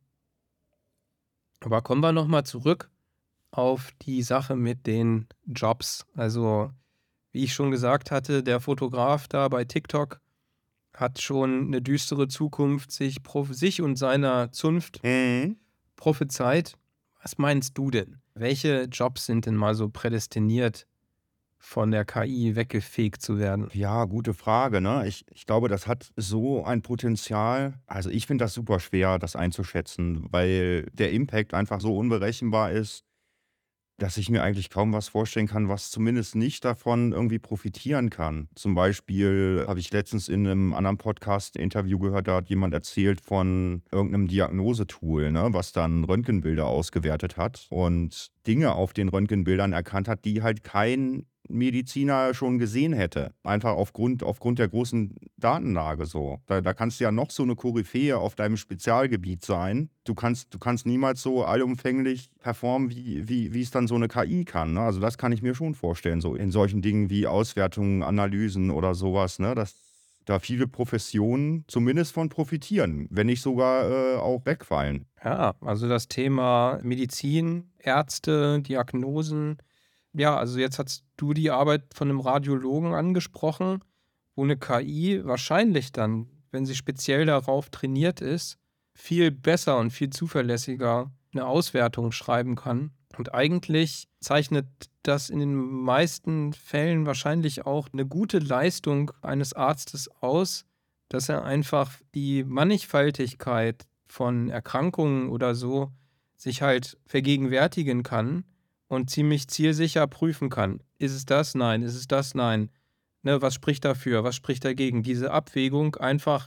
Aber kommen wir nochmal zurück auf die Sache mit den Jobs. Also, wie ich schon gesagt hatte, der Fotograf da bei TikTok hat schon eine düstere Zukunft sich, prof- sich und seiner Zunft Mhm. prophezeit. Was meinst du denn? Welche Jobs sind denn mal so prädestiniert, von der K I weggefegt zu werden? Ja, gute Frage, ne? Ich, ich glaube, das hat so ein Potenzial. Also ich finde das super schwer, das einzuschätzen, weil der Impact einfach so unberechenbar ist, dass ich mir eigentlich kaum was vorstellen kann, was zumindest nicht davon irgendwie profitieren kann. Zum Beispiel habe ich letztens in einem anderen Podcast ein Interview gehört, da hat jemand erzählt von irgendeinem Diagnosetool, ne, was dann Röntgenbilder ausgewertet hat und Dinge auf den Röntgenbildern erkannt hat, die halt kein Mediziner schon gesehen hätte. Einfach aufgrund, aufgrund der großen Datenlage so. Da, da kannst du ja noch so eine Koryphäe auf deinem Spezialgebiet sein. Du kannst, du kannst niemals so allumfänglich performen, wie, wie, wie es dann so eine K I kann. Ne? Also das kann ich mir schon vorstellen, so in solchen Dingen wie Auswertungen, Analysen oder sowas, ne? Dass da viele Professionen zumindest von profitieren, wenn nicht sogar äh, auch wegfallen. Ja, also das Thema Medizin, Ärzte, Diagnosen. Ja, also jetzt hast du die Arbeit von einem Radiologen angesprochen, wo eine K I wahrscheinlich dann, wenn sie speziell darauf trainiert ist, viel besser und viel zuverlässiger eine Auswertung schreiben kann. Und eigentlich zeichnet das in den meisten Fällen wahrscheinlich auch eine gute Leistung eines Arztes aus, dass er einfach die Mannigfaltigkeit von Erkrankungen oder so sich halt vergegenwärtigen kann und ziemlich zielsicher prüfen kann. Ist es das? Nein. Ist es das? Nein. Ne, was spricht dafür? Was spricht dagegen? Diese Abwägung einfach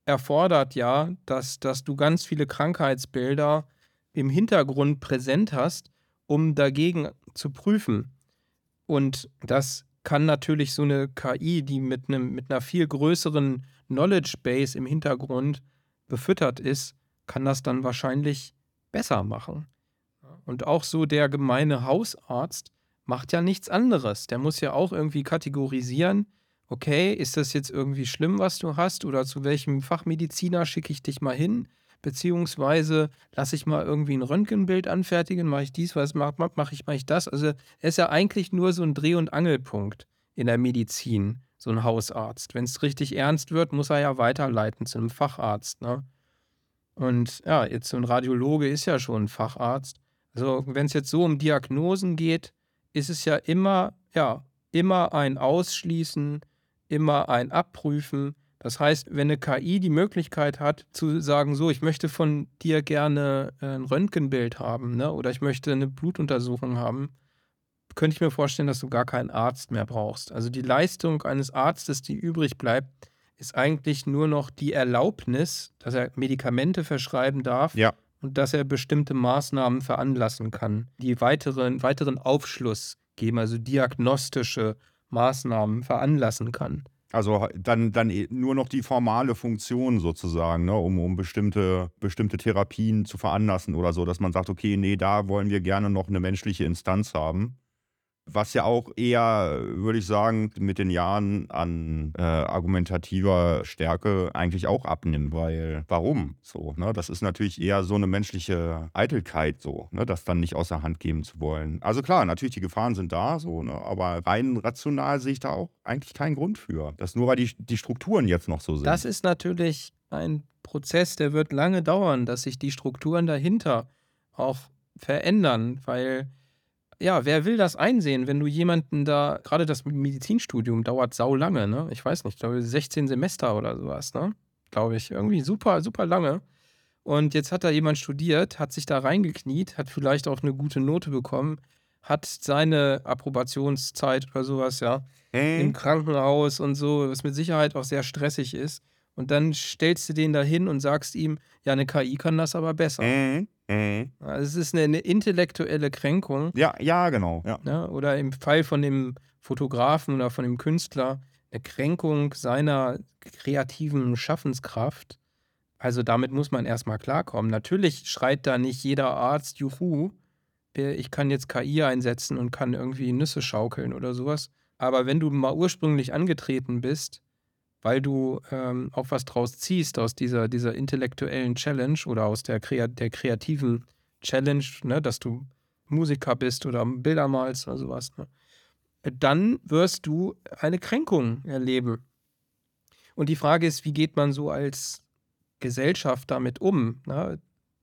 erfordert ja, dass, dass du ganz viele Krankheitsbilder im Hintergrund präsent hast, um dagegen zu prüfen. Und das kann natürlich so eine K I, die mit, einem, mit einer viel größeren Knowledge Base im Hintergrund befüttert ist, kann das dann wahrscheinlich besser machen. Und auch so der gemeine Hausarzt macht ja nichts anderes. Der muss ja auch irgendwie kategorisieren, okay, ist das jetzt irgendwie schlimm, was du hast, oder zu welchem Fachmediziner schicke ich dich mal hin, beziehungsweise lasse ich mal irgendwie ein Röntgenbild anfertigen, mache ich dies, was mache mach, mach ich, mache ich das. Also er ist ja eigentlich nur so ein Dreh- und Angelpunkt in der Medizin, so ein Hausarzt. Wenn es richtig ernst wird, muss er ja weiterleiten zu einem Facharzt, ne? Und ja, jetzt so ein Radiologe ist ja schon ein Facharzt. Also wenn es jetzt so um Diagnosen geht, ist es ja immer, ja, immer ein Ausschließen, immer ein Abprüfen. Das heißt, wenn eine K I die Möglichkeit hat, zu sagen, so, ich möchte von dir gerne äh, ein Röntgenbild haben, ne? Oder ich möchte eine Blutuntersuchung haben, könnte ich mir vorstellen, dass du gar keinen Arzt mehr brauchst. Also die Leistung eines Arztes, die übrig bleibt, ist eigentlich nur noch die Erlaubnis, dass er Medikamente verschreiben darf Ja, und dass er bestimmte Maßnahmen veranlassen kann, die weiteren, weiteren Aufschluss geben, also diagnostische Maßnahmen veranlassen kann. also dann, dann eh nur noch die formale Funktion sozusagen, ne, um, um bestimmte, bestimmte Therapien zu veranlassen oder so, dass man sagt, okay, nee, da wollen wir gerne noch eine menschliche Instanz haben. Was ja auch eher, würde ich sagen, mit den Jahren an äh, argumentativer Stärke eigentlich auch abnimmt, weil warum so, ne? Das ist natürlich eher so eine menschliche Eitelkeit so, ne, das dann nicht außer Hand geben zu wollen. Also klar, natürlich die Gefahren sind da so, ne, aber rein rational sehe ich da auch eigentlich keinen Grund für. Das nur, weil die, die Strukturen jetzt noch so Das sind. ist natürlich ein Prozess, der wird lange dauern, dass sich die Strukturen dahinter auch verändern, weil ja, wer will das einsehen, wenn du jemanden da, gerade das Medizinstudium dauert sau lange, ne? Ich weiß nicht, ich glaube sechzehn Semester oder sowas, ne? Glaube ich. Irgendwie super, super lange. Und jetzt hat da jemand studiert, hat sich da reingekniet, hat vielleicht auch eine gute Note bekommen, hat seine Approbationszeit oder sowas, ja, im Äh, Krankenhaus und so, was mit Sicherheit auch sehr stressig ist. Und dann stellst du den da hin und sagst ihm, ja, eine K I kann das aber besser. äh, äh. Also es ist eine, eine intellektuelle Kränkung. Ja, ja, genau. Ja. Ne? Oder im Fall von dem Fotografen oder von dem Künstler eine Kränkung seiner kreativen Schaffenskraft. Also damit muss man erstmal klarkommen. Natürlich schreit da nicht jeder Arzt, juhu, äh, ich kann jetzt K I einsetzen und kann irgendwie Nüsse schaukeln oder sowas. Aber wenn du mal ursprünglich angetreten bist, weil du ähm, auch was draus ziehst aus dieser, dieser intellektuellen Challenge oder aus der, Krea der kreativen Challenge, ne, dass du Musiker bist oder Bilder malst oder sowas, ne, dann wirst du eine Kränkung erleben. Und die Frage ist, wie geht man so als Gesellschaft damit um? Ne?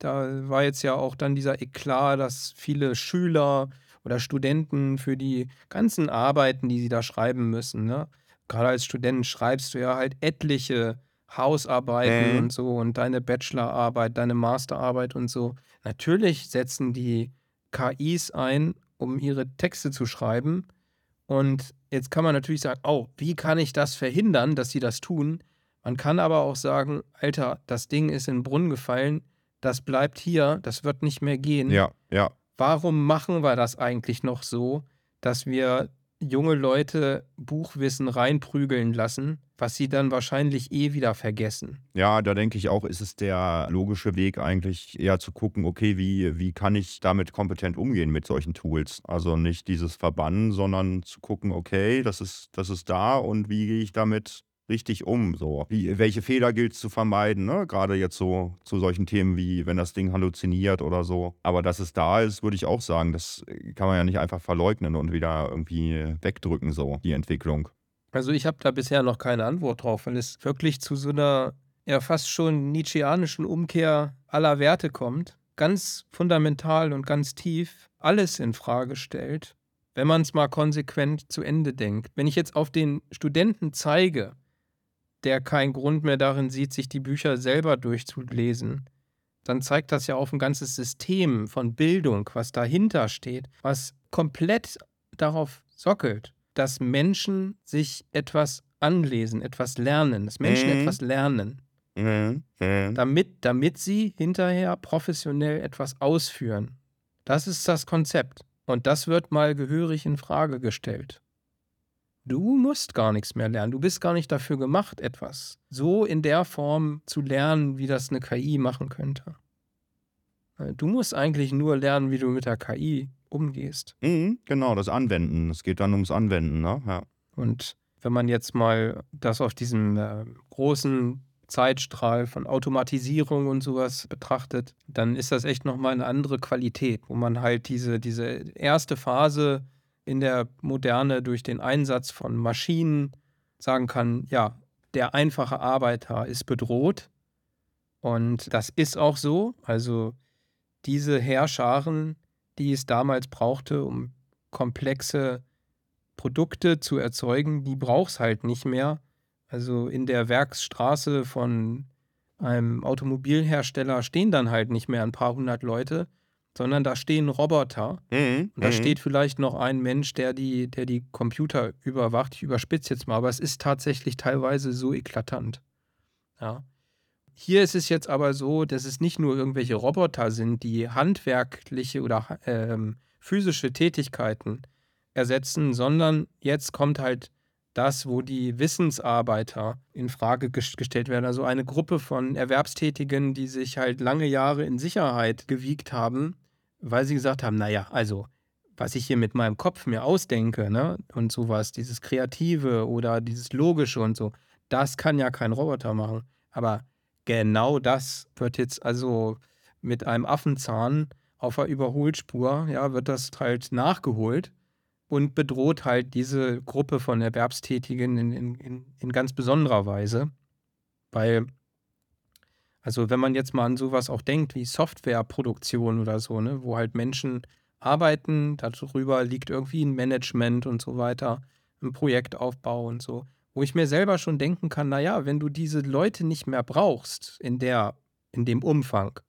Da war jetzt ja auch dann dieser Eklat, dass viele Schüler oder Studenten für die ganzen Arbeiten, die sie da schreiben müssen, ne? Gerade als Student schreibst du ja halt etliche Hausarbeiten Äh, und so und deine Bachelorarbeit, deine Masterarbeit und so. Natürlich setzen die K Is ein, um ihre Texte zu schreiben. Und jetzt kann man natürlich sagen, oh, wie kann ich das verhindern, dass sie das tun? Man kann aber auch sagen, Alter, das Ding ist in den Brunnen gefallen, das bleibt hier, das wird nicht mehr gehen. ja, ja. Warum machen wir das eigentlich noch so, dass wir junge Leute Buchwissen reinprügeln lassen, was sie dann wahrscheinlich eh wieder vergessen? Ja, da denke ich auch, ist es der logische Weg eigentlich eher zu gucken, okay, wie, wie kann ich damit kompetent umgehen mit solchen Tools? Also nicht dieses Verbannen, sondern zu gucken, okay, das ist, das ist da und wie gehe ich damit richtig um? So, wie, welche Fehler gilt es zu vermeiden, ne? Gerade jetzt so zu solchen Themen wie, wenn das Ding halluziniert oder so. Aber dass es da ist, würde ich auch sagen, das kann man ja nicht einfach verleugnen und wieder irgendwie wegdrücken, so, die Entwicklung. Also ich habe da bisher noch keine Antwort drauf, weil es wirklich zu so einer ja fast schon nietzscheanischen Umkehr aller Werte kommt, ganz fundamental und ganz tief alles in Frage stellt, wenn man es mal konsequent zu Ende denkt. Wenn ich jetzt auf den Studenten zeige, der keinen Grund mehr darin sieht, sich die Bücher selber durchzulesen, dann zeigt das ja auf ein ganzes System von Bildung, was dahinter steht, was komplett darauf sockelt, dass Menschen sich etwas anlesen, etwas lernen, dass Menschen Äh, etwas lernen. Mhm. Mhm. damit, damit sie hinterher professionell etwas ausführen. Das ist das Konzept. Und das wird mal gehörig in Frage gestellt. Du musst gar nichts mehr lernen. Du bist gar nicht dafür gemacht, etwas so in der Form zu lernen, wie das eine K I machen könnte. Äh, Du musst eigentlich nur lernen, wie du mit der K I umgehst. Mhm. Genau, das Anwenden. Es geht dann ums Anwenden, ne? Ja. Und wenn man jetzt mal das auf diesem äh, großen Zeitstrahl von Automatisierung und sowas betrachtet, dann ist das echt nochmal eine andere Qualität, wo man halt diese, diese erste Phase in der Moderne durch den Einsatz von Maschinen sagen kann, ja, der einfache Arbeiter ist bedroht. Und das ist auch so. Also diese Heerscharen, die es damals brauchte, um komplexe Produkte zu erzeugen, die braucht es halt nicht mehr. Also in der Werksstraße von einem Automobilhersteller stehen dann halt nicht mehr ein paar hundert Leute, sondern da stehen Roboter. Mhm. Und da Mhm. steht vielleicht noch ein Mensch, der die, der die Computer überwacht. Ich überspitze jetzt mal, aber es ist tatsächlich teilweise so eklatant. Ja. Hier ist es jetzt aber so, dass es nicht nur irgendwelche Roboter sind, die handwerkliche oder ähm, physische Tätigkeiten ersetzen, sondern jetzt kommt halt das, wo die Wissensarbeiter in Frage ges- gestellt werden. Also eine Gruppe von Erwerbstätigen, die sich halt lange Jahre in Sicherheit gewiegt haben, weil sie gesagt haben, naja, also was ich hier mit meinem Kopf mir ausdenke, ne, und sowas, dieses Kreative oder dieses Logische und so, das kann ja kein Roboter machen. Aber genau das wird jetzt also mit einem Affenzahn auf der Überholspur, ja, wird das halt nachgeholt und bedroht halt diese Gruppe von Erwerbstätigen in, in, in, in ganz besonderer Weise. Weil, also wenn man jetzt mal an sowas auch denkt wie Softwareproduktion oder so, ne, wo halt Menschen arbeiten, darüber liegt irgendwie ein Management und so weiter, ein Projektaufbau und so, wo ich mir selber schon denken kann, naja, wenn du diese Leute nicht mehr brauchst in der, in dem Umfang,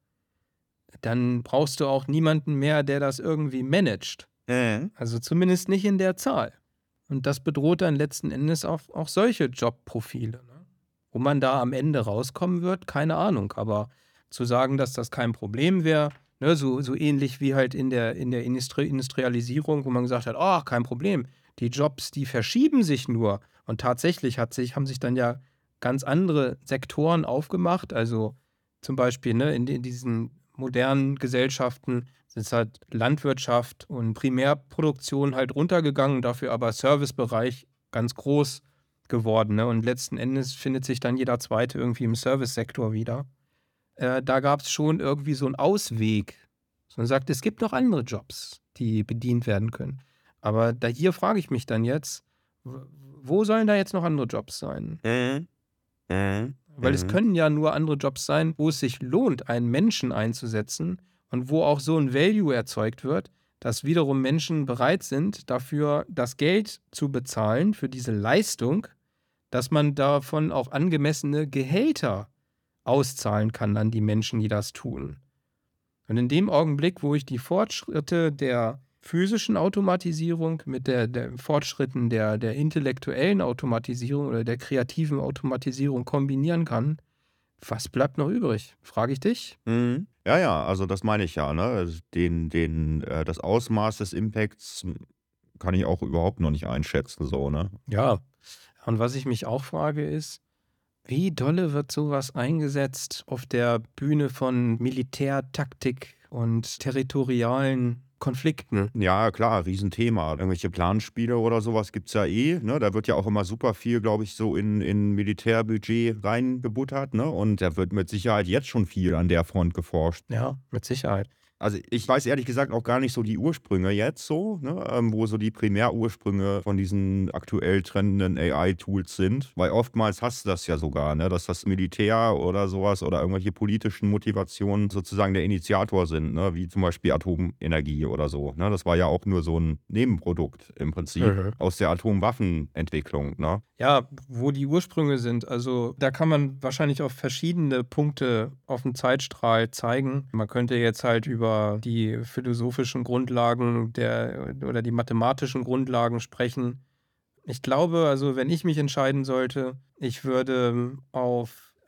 dann brauchst du auch niemanden mehr, der das irgendwie managt. Mhm. Also zumindest nicht in der Zahl. Und das bedroht dann letzten Endes auch, auch solche Jobprofile. Ne? Wo man da am Ende rauskommen wird, keine Ahnung. Aber zu sagen, dass das kein Problem wäre, ne, so, so ähnlich wie halt in der, in der Industri Industrialisierung, wo man gesagt hat, ach, kein Problem, die Jobs, die verschieben sich nur. Und tatsächlich hat sich, haben sich dann ja ganz andere Sektoren aufgemacht. Also zum Beispiel ne, in, in diesen modernen Gesellschaften ist halt Landwirtschaft und Primärproduktion halt runtergegangen, dafür aber Servicebereich ganz groß geworden. Ne? Und letzten Endes findet sich dann jeder Zweite irgendwie im Servicesektor wieder. Äh, da gab es schon irgendwie so einen Ausweg. So, man sagt, es gibt noch andere Jobs, die bedient werden können. Aber da hier frage ich mich dann jetzt, w- wo sollen da jetzt noch andere Jobs sein? Mhm. Mhm. Weil es Mhm. können ja nur andere Jobs sein, wo es sich lohnt, einen Menschen einzusetzen und wo auch so ein Value erzeugt wird, dass wiederum Menschen bereit sind, dafür das Geld zu bezahlen, für diese Leistung, dass man davon auch angemessene Gehälter auszahlen kann an die Menschen, die das tun. Und in dem Augenblick, wo ich die Fortschritte der physischen Automatisierung mit der, der Fortschritten der, der intellektuellen Automatisierung oder der kreativen Automatisierung kombinieren kann, was bleibt noch übrig? Frage ich dich. Mhm. Ja, ja, also das meine ich ja, ne? Also Den, den, äh, das Ausmaß des Impacts hm, kann ich auch überhaupt noch nicht einschätzen, so, ne? Ja. Und was ich mich auch frage ist, wie dolle wird sowas eingesetzt auf der Bühne von Militär, Taktik und territorialen Konflikten? Ja, klar, Riesenthema. Irgendwelche Planspiele oder sowas gibt's ja eh, ne? Da wird ja auch immer super viel, glaube ich, so in, in Militärbudget reingebuttert, ne? Und da wird mit Sicherheit jetzt schon viel an der Front geforscht. Ja, mit Sicherheit. Also ich weiß ehrlich gesagt auch gar nicht so die Ursprünge jetzt so, ne, ähm, wo so die Primärursprünge von diesen aktuell trendenden A I-Tools sind. Weil oftmals hast du das ja sogar, ne, dass das Militär oder sowas oder irgendwelche politischen Motivationen sozusagen der Initiator sind, ne, wie zum Beispiel Atomenergie oder so. Ne. Das war ja auch nur so ein Nebenprodukt im Prinzip Mhm. aus der Atomwaffenentwicklung. Ne. Ja, wo die Ursprünge sind. Also da kann man wahrscheinlich auf verschiedene Punkte auf dem Zeitstrahl zeigen. Man könnte jetzt halt über die philosophischen Grundlagen der oder die mathematischen Grundlagen sprechen. Ich glaube, also wenn ich mich entscheiden sollte, ich würde auf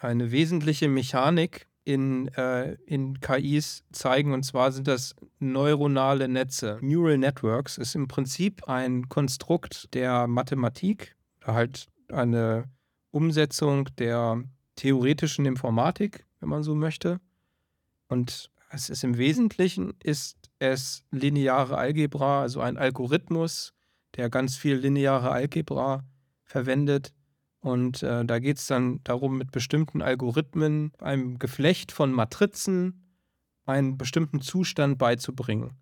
eine wesentliche Mechanik in, äh, in K Is zeigen, und zwar sind das neuronale Netze. Neural Networks ist im Prinzip ein Konstrukt der Mathematik, halt eine Umsetzung der theoretischen Informatik, wenn man so möchte. Und es ist im Wesentlichen ist es lineare Algebra, also ein Algorithmus, der ganz viel lineare Algebra verwendet. Und äh, da geht es dann darum, mit bestimmten Algorithmen, einem Geflecht von Matrizen, einen bestimmten Zustand beizubringen.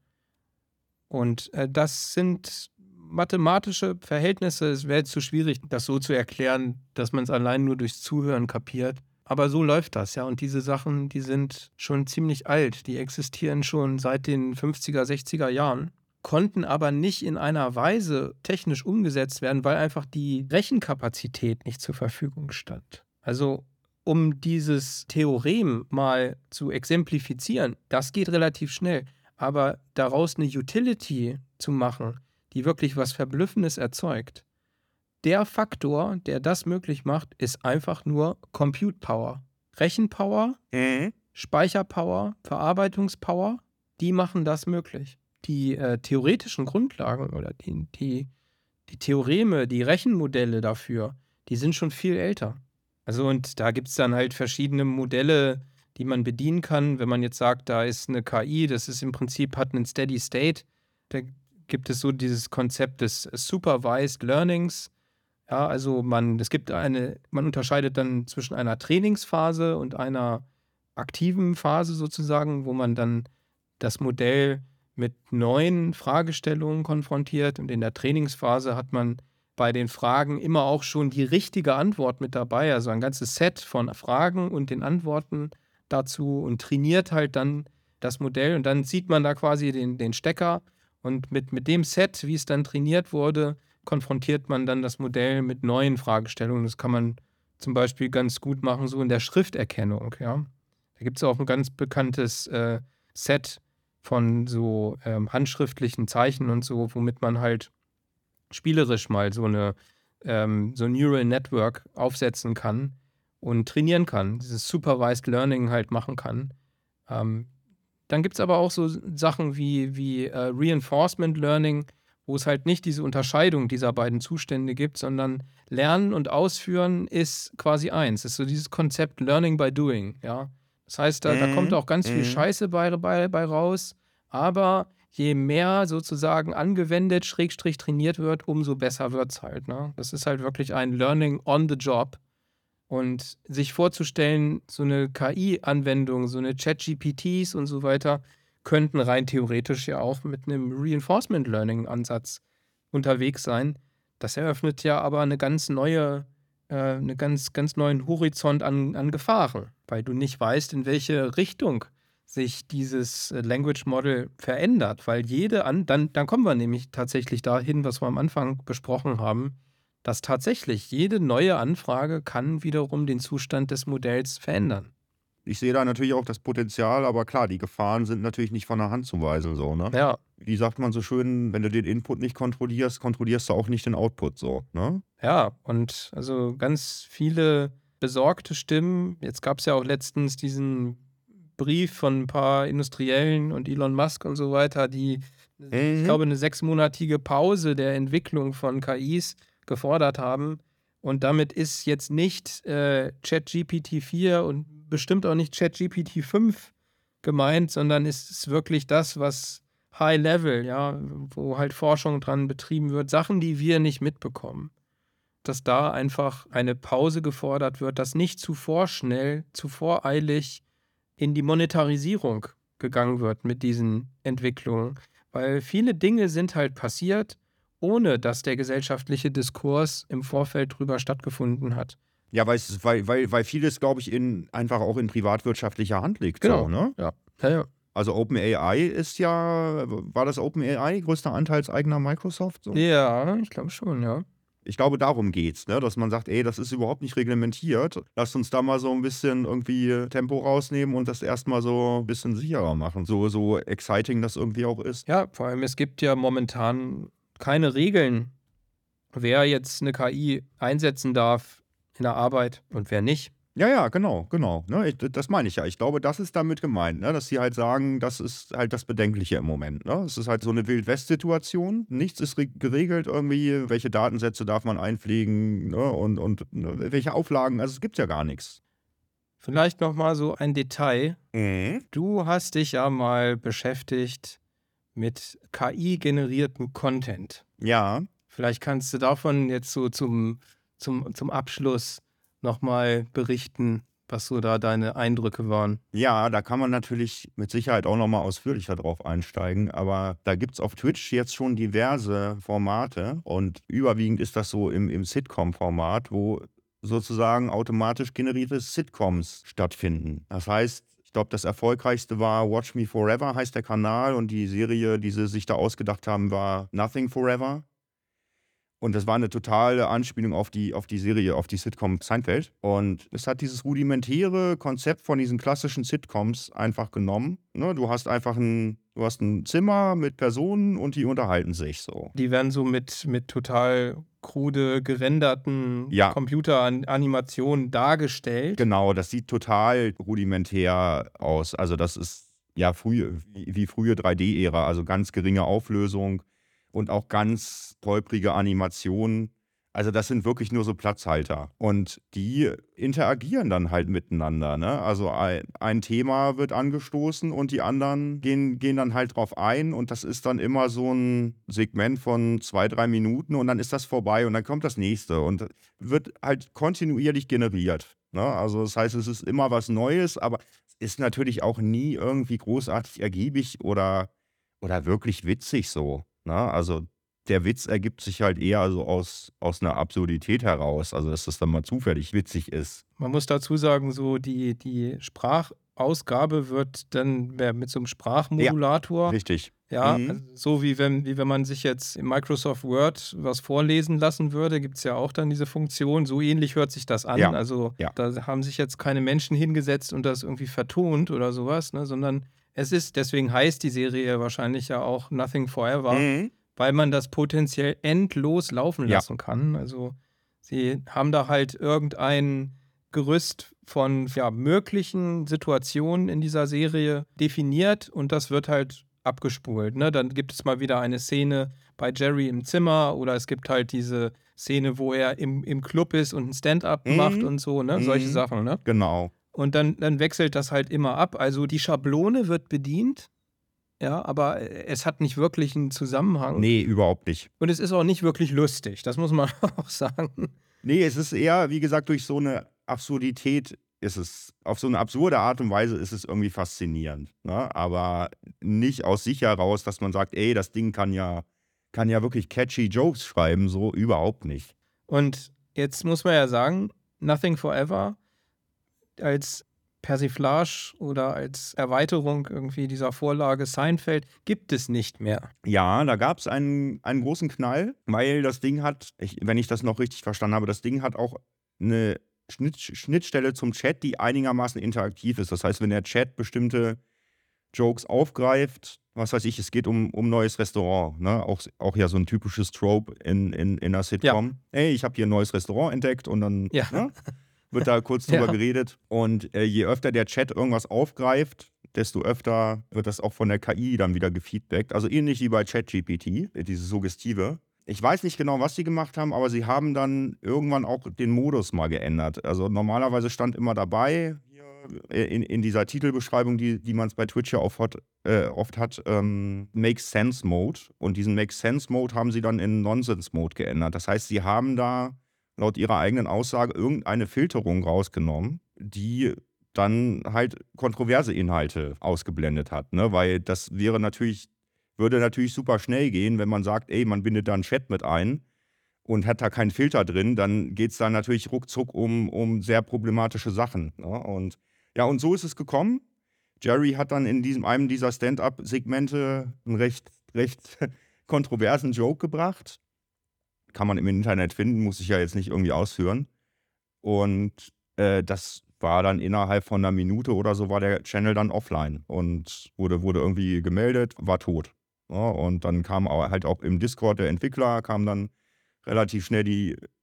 Und äh, das sind mathematische Verhältnisse. Es wäre jetzt zu schwierig, das so zu erklären, dass man es allein nur durchs Zuhören kapiert. Aber so läuft das, ja. Und diese Sachen, die sind schon ziemlich alt. Die existieren schon seit den fünfziger, sechziger Jahren, konnten aber nicht in einer Weise technisch umgesetzt werden, weil einfach die Rechenkapazität nicht zur Verfügung stand. Also um dieses Theorem mal zu exemplifizieren, das geht relativ schnell. Aber daraus eine Utility zu machen, die wirklich was Verblüffendes erzeugt, der Faktor, der das möglich macht, ist einfach nur Compute Power. Rechenpower, Mhm. Speicherpower, Verarbeitungspower, die machen das möglich. Die äh, theoretischen Grundlagen oder die, die, die Theoreme, die Rechenmodelle dafür, die sind schon viel älter. Also und da gibt es dann halt verschiedene Modelle, die man bedienen kann. Wenn man jetzt sagt, da ist eine K I, das ist im Prinzip, hat einen Steady State, da gibt es so dieses Konzept des Supervised Learnings. Ja, also man, es gibt eine, man unterscheidet dann zwischen einer Trainingsphase und einer aktiven Phase sozusagen, wo man dann das Modell mit neuen Fragestellungen konfrontiert, und in der Trainingsphase hat man bei den Fragen immer auch schon die richtige Antwort mit dabei, also ein ganzes Set von Fragen und den Antworten dazu, und trainiert halt dann das Modell, und dann zieht man da quasi den, den Stecker, und mit, mit dem Set, wie es dann trainiert wurde, konfrontiert man dann das Modell mit neuen Fragestellungen. Das kann man zum Beispiel ganz gut machen, so in der Schrifterkennung. Ja? Da gibt es auch ein ganz bekanntes äh, Set von so ähm, handschriftlichen Zeichen und so, womit man halt spielerisch mal so eine ähm, so ein Neural Network aufsetzen kann und trainieren kann, dieses Supervised Learning halt machen kann. Ähm, dann gibt es aber auch so Sachen wie, wie äh, Reinforcement Learning, wo es halt nicht diese Unterscheidung dieser beiden Zustände gibt, sondern Lernen und Ausführen ist quasi eins. Das ist so dieses Konzept Learning by Doing, ja. Das heißt, da, da kommt Mhm. auch ganz viel Mhm. Scheiße bei, bei, bei raus, aber je mehr sozusagen angewendet, Schrägstrich trainiert wird, umso besser wird es halt, ne? Das ist halt wirklich ein Learning on the Job. Und sich vorzustellen, so eine K I-Anwendung, so eine ChatGPTs und so weiter, könnten rein theoretisch ja auch mit einem Reinforcement Learning-Ansatz unterwegs sein. Das eröffnet ja aber eine ganz neue, äh, eine ganz, ganz neuen Horizont an, an Gefahren, weil du nicht weißt, in welche Richtung sich dieses äh, Language Model verändert, weil jede an, dann, dann kommen wir nämlich tatsächlich dahin, was wir am Anfang besprochen haben, dass tatsächlich jede neue Anfrage kann wiederum den Zustand des Modells verändern. Ich sehe da natürlich auch das Potenzial, aber klar, die Gefahren sind natürlich nicht von der Hand zu weisen, so, ne? Ja, Wie sagt man so schön, wenn du den Input nicht kontrollierst, kontrollierst du auch nicht den Output, so, ne? ja, und also ganz viele besorgte Stimmen. Jetzt gab es ja auch letztens diesen Brief von ein paar Industriellen und Elon Musk und so weiter, die, ich Mhm. glaube, eine sechsmonatige Pause der Entwicklung von K Is gefordert haben. Und damit ist jetzt nicht äh, ChatGPT vier und bestimmt auch nicht ChatGPT fünf gemeint, sondern ist es wirklich das, was High Level, ja, wo halt Forschung dran betrieben wird, Sachen, die wir nicht mitbekommen. Dass da einfach eine Pause gefordert wird, dass nicht zu vorschnell, zu voreilig in die Monetarisierung gegangen wird mit diesen Entwicklungen. Weil viele Dinge sind halt passiert, ohne dass der gesellschaftliche Diskurs im Vorfeld drüber stattgefunden hat. Ja, weil's, weil, weil, weil vieles, glaube ich, in, einfach auch in privatwirtschaftlicher Hand liegt, Genau. so, ne? Ja. Ja, ja. Also OpenAI ist ja, war das OpenAI größter Anteilseigner Microsoft? So? Ja, ich glaube schon, ja. Ich glaube, darum geht's, ne? Dass man sagt, ey, das ist überhaupt nicht reglementiert. Lasst uns da mal so ein bisschen irgendwie Tempo rausnehmen und das erstmal so ein bisschen sicherer machen. So, so exciting das irgendwie auch ist. Ja, vor allem, es gibt ja momentan keine Regeln, wer jetzt eine K I einsetzen darf in der Arbeit und wer nicht. Ja, ja, genau, genau. Ne, ich, das meine ich ja. Ich glaube, das ist damit gemeint, ne? Dass sie halt sagen, das ist halt das Bedenkliche im Moment. Ne? Es ist halt so eine Wild-West-Situation. Nichts ist re- geregelt irgendwie. Welche Datensätze darf man einpflegen, ne? Und, und ne, welche Auflagen. Also es gibt ja gar nichts. Vielleicht noch mal so ein Detail. Mhm. Du hast dich ja mal beschäftigt mit K I-generiertem Content. Ja, Vielleicht kannst du davon jetzt so zum, zum, zum Abschluss nochmal berichten, was so da deine Eindrücke waren. ja, da kann man natürlich mit Sicherheit auch nochmal ausführlicher drauf einsteigen. Aber da gibt es auf Twitch jetzt schon diverse Formate. Und überwiegend ist das so im, im Sitcom-Format, wo sozusagen automatisch generierte Sitcoms stattfinden. Das heißt, ich glaube, das erfolgreichste war Watch Me Forever, heißt der Kanal. Und die Serie, die sie sich da ausgedacht haben, war Nothing Forever. Und das war eine totale Anspielung auf die, auf die Serie, auf die Sitcom Seinfeld. Und es hat dieses rudimentäre Konzept von diesen klassischen Sitcoms einfach genommen. Ne, du hast einfach ein, du hast ein Zimmer mit Personen und die unterhalten sich so. Die werden so mit, mit total krude gerenderten Ja. Computeranimationen dargestellt. Genau, das sieht total rudimentär aus. Also das ist ja frühe, wie, wie frühe drei D-Ära, also ganz geringe Auflösung und auch ganz holprige Animationen. Also das sind wirklich nur so Platzhalter. Und die interagieren dann halt miteinander. Ne? Also ein, ein Thema wird angestoßen und die anderen gehen, gehen dann halt drauf ein. Und das ist dann immer so ein Segment von zwei, drei Minuten und dann ist das vorbei und dann kommt das nächste. Und wird halt kontinuierlich generiert. Ne? Also das heißt, es ist immer was Neues, aber es ist natürlich auch nie irgendwie großartig ergiebig oder, oder wirklich witzig so. Ne? Also der Witz ergibt sich halt eher so aus, aus einer Absurdität heraus, also dass das dann mal zufällig witzig ist. Man muss dazu sagen, so die, die Sprachausgabe wird dann mehr mit so einem Sprachmodulator. Richtig. Ja, Mhm. also so wie wenn, wie wenn man sich jetzt im Microsoft Word was vorlesen lassen würde, gibt es ja auch dann diese Funktion. So ähnlich hört sich das an. Ja, Also ja. da haben sich jetzt keine Menschen hingesetzt und das irgendwie vertont oder sowas, ne, sondern es ist, deswegen heißt die Serie wahrscheinlich ja auch Nothing Forever, Mhm. weil man das potenziell endlos laufen Ja. lassen kann. Also sie haben da halt irgendein Gerüst von ja, möglichen Situationen in dieser Serie definiert und das wird halt abgespult. Ne? Dann gibt es mal wieder eine Szene bei Jerry im Zimmer oder es gibt halt diese Szene, wo er im, im Club ist und ein Stand-up Mhm. macht und so, ne? Solche Mhm. Sachen. Ne? Genau. Und dann, dann wechselt das halt immer ab. Also die Schablone wird bedient, ja, aber es hat nicht wirklich einen Zusammenhang. Nee, überhaupt nicht. Und es ist auch nicht wirklich lustig, das muss man auch sagen. Nee, es ist eher, wie gesagt, durch so eine Absurdität ist es, auf so eine absurde Art und Weise ist es irgendwie faszinierend. Ne? Aber nicht aus sich heraus, dass man sagt, ey, das Ding kann ja, kann ja wirklich catchy Jokes schreiben, so überhaupt nicht. Und jetzt muss man ja sagen, Nothing Forever als Persiflage oder als Erweiterung irgendwie dieser Vorlage Seinfeld gibt es nicht mehr. Ja, da gab es einen, einen großen Knall, weil das Ding hat, ich, wenn ich das noch richtig verstanden habe, das Ding hat auch eine Schnitt, Schnittstelle zum Chat, die einigermaßen interaktiv ist. Das heißt, wenn der Chat bestimmte Jokes aufgreift, was weiß ich, es geht um, um neues Restaurant, ne? Auch, auch ja so ein typisches Trope in, in, in einer Sitcom. Ey, ich habe hier ein neues Restaurant entdeckt und dann Ja. ne? wird da kurz drüber Ja. geredet. Und äh, je öfter der Chat irgendwas aufgreift, desto öfter wird das auch von der K I dann wieder gefeedbackt. Also ähnlich wie bei ChatGPT, diese Suggestive. Ich weiß nicht genau, was sie gemacht haben, aber sie haben dann irgendwann auch den Modus mal geändert. Also normalerweise stand immer dabei, hier in, in dieser Titelbeschreibung, die, die man bei Twitch ja oft, hat, äh, oft hat, ähm, Makes Sense Mode. Und diesen Makes Sense Mode haben sie dann in Nonsense Mode geändert. Das heißt, sie haben da laut ihrer eigenen Aussage irgendeine Filterung rausgenommen, die dann halt kontroverse Inhalte ausgeblendet hat. Ne? Weil das wäre natürlich, würde natürlich super schnell gehen, wenn man sagt, ey, man bindet da einen Chat mit ein und hat da keinen Filter drin, dann geht es da natürlich ruckzuck um, um sehr problematische Sachen. Ne? Und ja, und so ist es gekommen. Jerry hat dann in diesem, einem dieser Stand-up-Segmente einen recht, recht kontroversen Joke gebracht. Kann man im Internet finden, muss ich ja jetzt nicht irgendwie ausführen. Und äh, das war dann innerhalb von einer Minute oder so, war der Channel dann offline und wurde, wurde irgendwie gemeldet, war tot. Ja, und dann kam auch, halt auch im Discord der Entwickler, kam dann relativ schnell die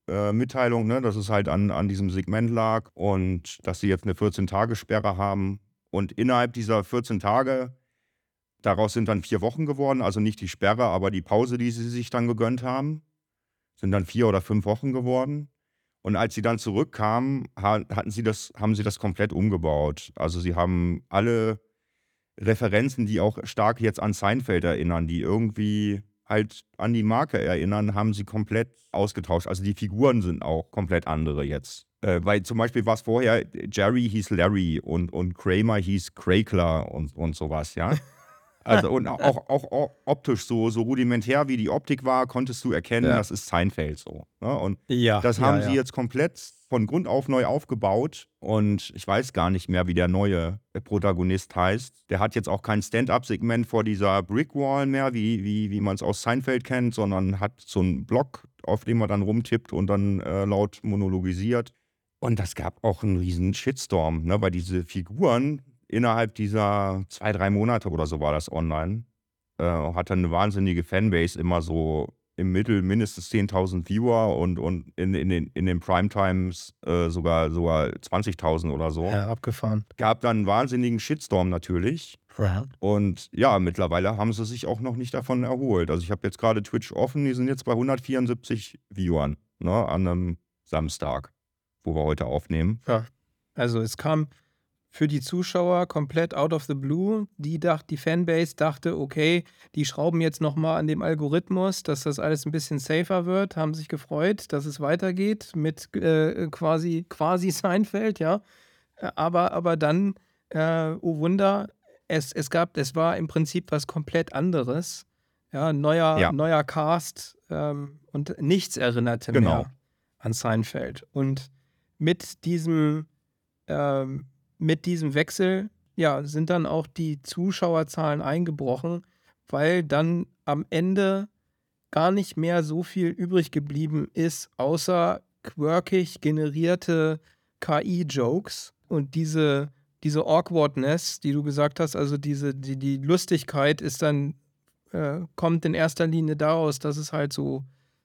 äh, Mitteilung, ne, dass es halt an, an diesem Segment lag und dass sie jetzt eine vierzehn-Tage-Sperre haben. Und innerhalb dieser vierzehn Tage, daraus sind dann vier Wochen geworden, also nicht die Sperre, aber die Pause, die sie sich dann gegönnt haben, sind dann vier oder fünf Wochen geworden. Und als sie dann zurückkamen, ha- hatten sie das, haben sie das komplett umgebaut. Also sie haben alle Referenzen, die auch stark jetzt an Seinfeld erinnern, die irgendwie halt an die Marke erinnern, haben sie komplett ausgetauscht. Also die Figuren sind auch komplett andere jetzt. Äh, weil zum Beispiel war es vorher, Jerry hieß Larry und, und Kramer hieß Crackler und, und sowas, ja. Also und auch, auch, auch optisch so, so rudimentär wie die Optik war, konntest du erkennen, Ja. das ist Seinfeld so. Ne? Und Ja, das ja, haben sie ja. jetzt komplett von Grund auf neu aufgebaut und ich weiß gar nicht mehr, wie der neue Protagonist heißt. Der hat jetzt auch kein Stand-up-Segment vor dieser Brickwall mehr, wie, wie, wie man es aus Seinfeld kennt, sondern hat so einen Block, auf dem man dann rumtippt und dann äh, laut monologisiert. Und das gab auch einen riesen Shitstorm, ne? Weil diese Figuren innerhalb dieser zwei, drei Monate oder so war das online, äh, hatte eine wahnsinnige Fanbase, immer so im Mittel mindestens zehntausend Viewer und, und in, in, den, in den Primetimes äh, sogar, sogar zwanzigtausend oder so. Ja, abgefahren. Gab dann einen wahnsinnigen Shitstorm natürlich. Ja. Und ja, mittlerweile haben sie sich auch noch nicht davon erholt. Also ich habe jetzt gerade Twitch offen, die sind jetzt bei hundertvierundsiebzig Viewern, ne, an einem Samstag, wo wir heute aufnehmen. Ja. Also es kam für die Zuschauer komplett out of the blue. Die, dacht, die Fanbase dachte, okay, die schrauben jetzt nochmal an dem Algorithmus, dass das alles ein bisschen safer wird, haben sich gefreut, dass es weitergeht mit äh, quasi, quasi Seinfeld, ja. Äh, Aber, aber dann, äh, oh Wunder, es, es gab, es war im Prinzip was komplett anderes. Ja, neuer, Ja. neuer Cast ähm, und nichts erinnerte Genau. mehr an Seinfeld. Und mit diesem ähm, mit diesem Wechsel, ja, sind dann auch die Zuschauerzahlen eingebrochen, weil dann am Ende gar nicht mehr so viel übrig geblieben ist, außer quirkig generierte K I-Jokes und diese, diese Awkwardness, die du gesagt hast, also diese, die, die Lustigkeit ist dann, äh, kommt in erster Linie daraus, dass es halt so,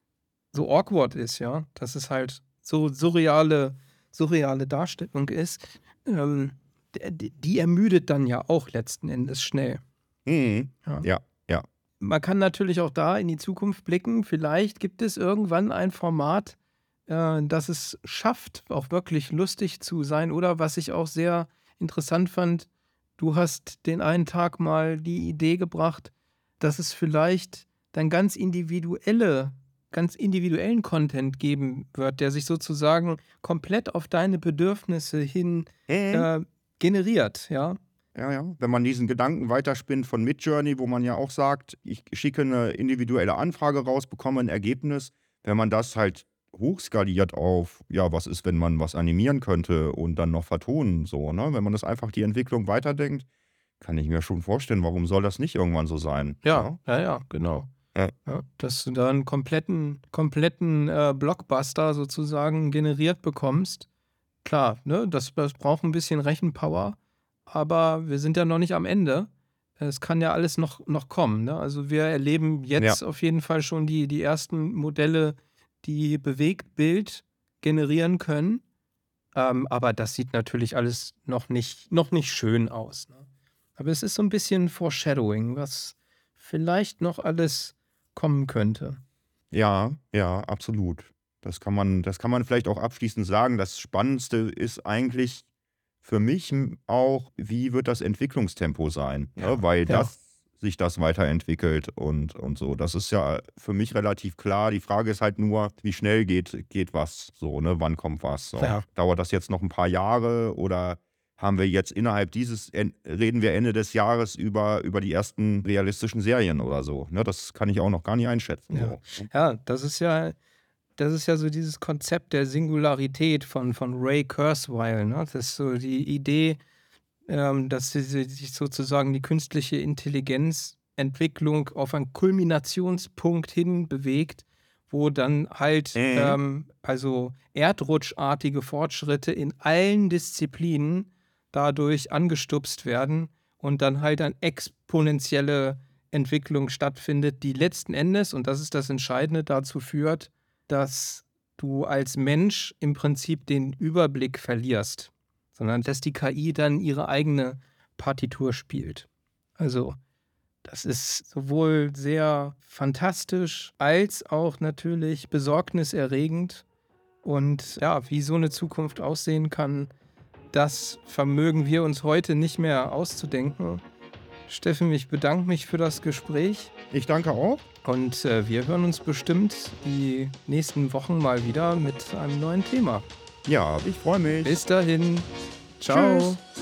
so awkward ist, ja, dass es halt so surreale, surreale Darstellung ist. Ähm, die, die ermüdet dann ja auch letzten Endes schnell. Mhm. Ja. Ja, ja. Man kann natürlich auch da in die Zukunft blicken. Vielleicht gibt es irgendwann ein Format, äh, das es schafft, auch wirklich lustig zu sein. Oder was ich auch sehr interessant fand, du hast den einen Tag mal die Idee gebracht, dass es vielleicht dann ganz individuelle, ganz individuellen Content geben wird, der sich sozusagen komplett auf deine Bedürfnisse hin Mhm. äh, generiert, ja. Ja, ja. Wenn man diesen Gedanken weiterspinnt von Midjourney, wo man ja auch sagt, ich schicke eine individuelle Anfrage raus, bekomme ein Ergebnis. Wenn man das halt hochskaliert auf, ja, was ist, wenn man was animieren könnte und dann noch vertonen, so, ne? Wenn man das einfach die Entwicklung weiterdenkt, kann ich mir schon vorstellen, warum soll das nicht irgendwann so sein? Ja, ja, ja, genau. Ja. Ja, dass du da einen kompletten, kompletten äh, Blockbuster sozusagen generiert bekommst. Klar, ne, das, das braucht ein bisschen Rechenpower, aber wir sind ja noch nicht am Ende. Es kann ja alles noch, noch kommen. Ne? Also wir erleben jetzt auf jeden Fall schon die, die ersten Modelle, die Bewegtbild generieren können. Ähm, aber das sieht natürlich alles noch nicht, noch nicht schön aus. Ne? Aber es ist so ein bisschen Foreshadowing, was vielleicht noch alles kommen könnte. Ja, ja, absolut. Das kann man, das kann man vielleicht auch abschließend sagen. Das Spannendste ist eigentlich für mich m- auch, wie wird das Entwicklungstempo sein? Ja, Ne? Weil ja. das sich das weiterentwickelt und, und so. Das ist ja für mich relativ klar. Die Frage ist halt nur, wie schnell geht, geht was so, ne? Wann kommt was? So. Ja. Dauert das jetzt noch ein paar Jahre oder haben wir jetzt innerhalb dieses, en- reden wir Ende des Jahres über, über die ersten realistischen Serien oder so? Ne? Das kann ich auch noch gar nicht einschätzen. Ja. So. Ja, das ist ja, das ist ja so dieses Konzept der Singularität von, von Ray Kurzweil. Ne? Das ist so die Idee, ähm, dass sie sie- sich sozusagen die künstliche Intelligenzentwicklung auf einen Kulminationspunkt hin bewegt, wo dann halt Mhm. ähm, also erdrutschartige Fortschritte in allen Disziplinen dadurch angestupst werden und dann halt eine exponentielle Entwicklung stattfindet, die letzten Endes, und das ist das Entscheidende, dazu führt, dass du als Mensch im Prinzip den Überblick verlierst, sondern dass die K I dann ihre eigene Partitur spielt. Also das ist sowohl sehr fantastisch als auch natürlich besorgniserregend. Und ja, wie so eine Zukunft aussehen kann, das vermögen wir uns heute nicht mehr auszudenken. Steffen, ich bedanke mich für das Gespräch. Ich danke auch. Und äh, wir hören uns bestimmt die nächsten Wochen mal wieder mit einem neuen Thema. Ja, ich freue mich. Bis dahin. Ciao. Tschüss.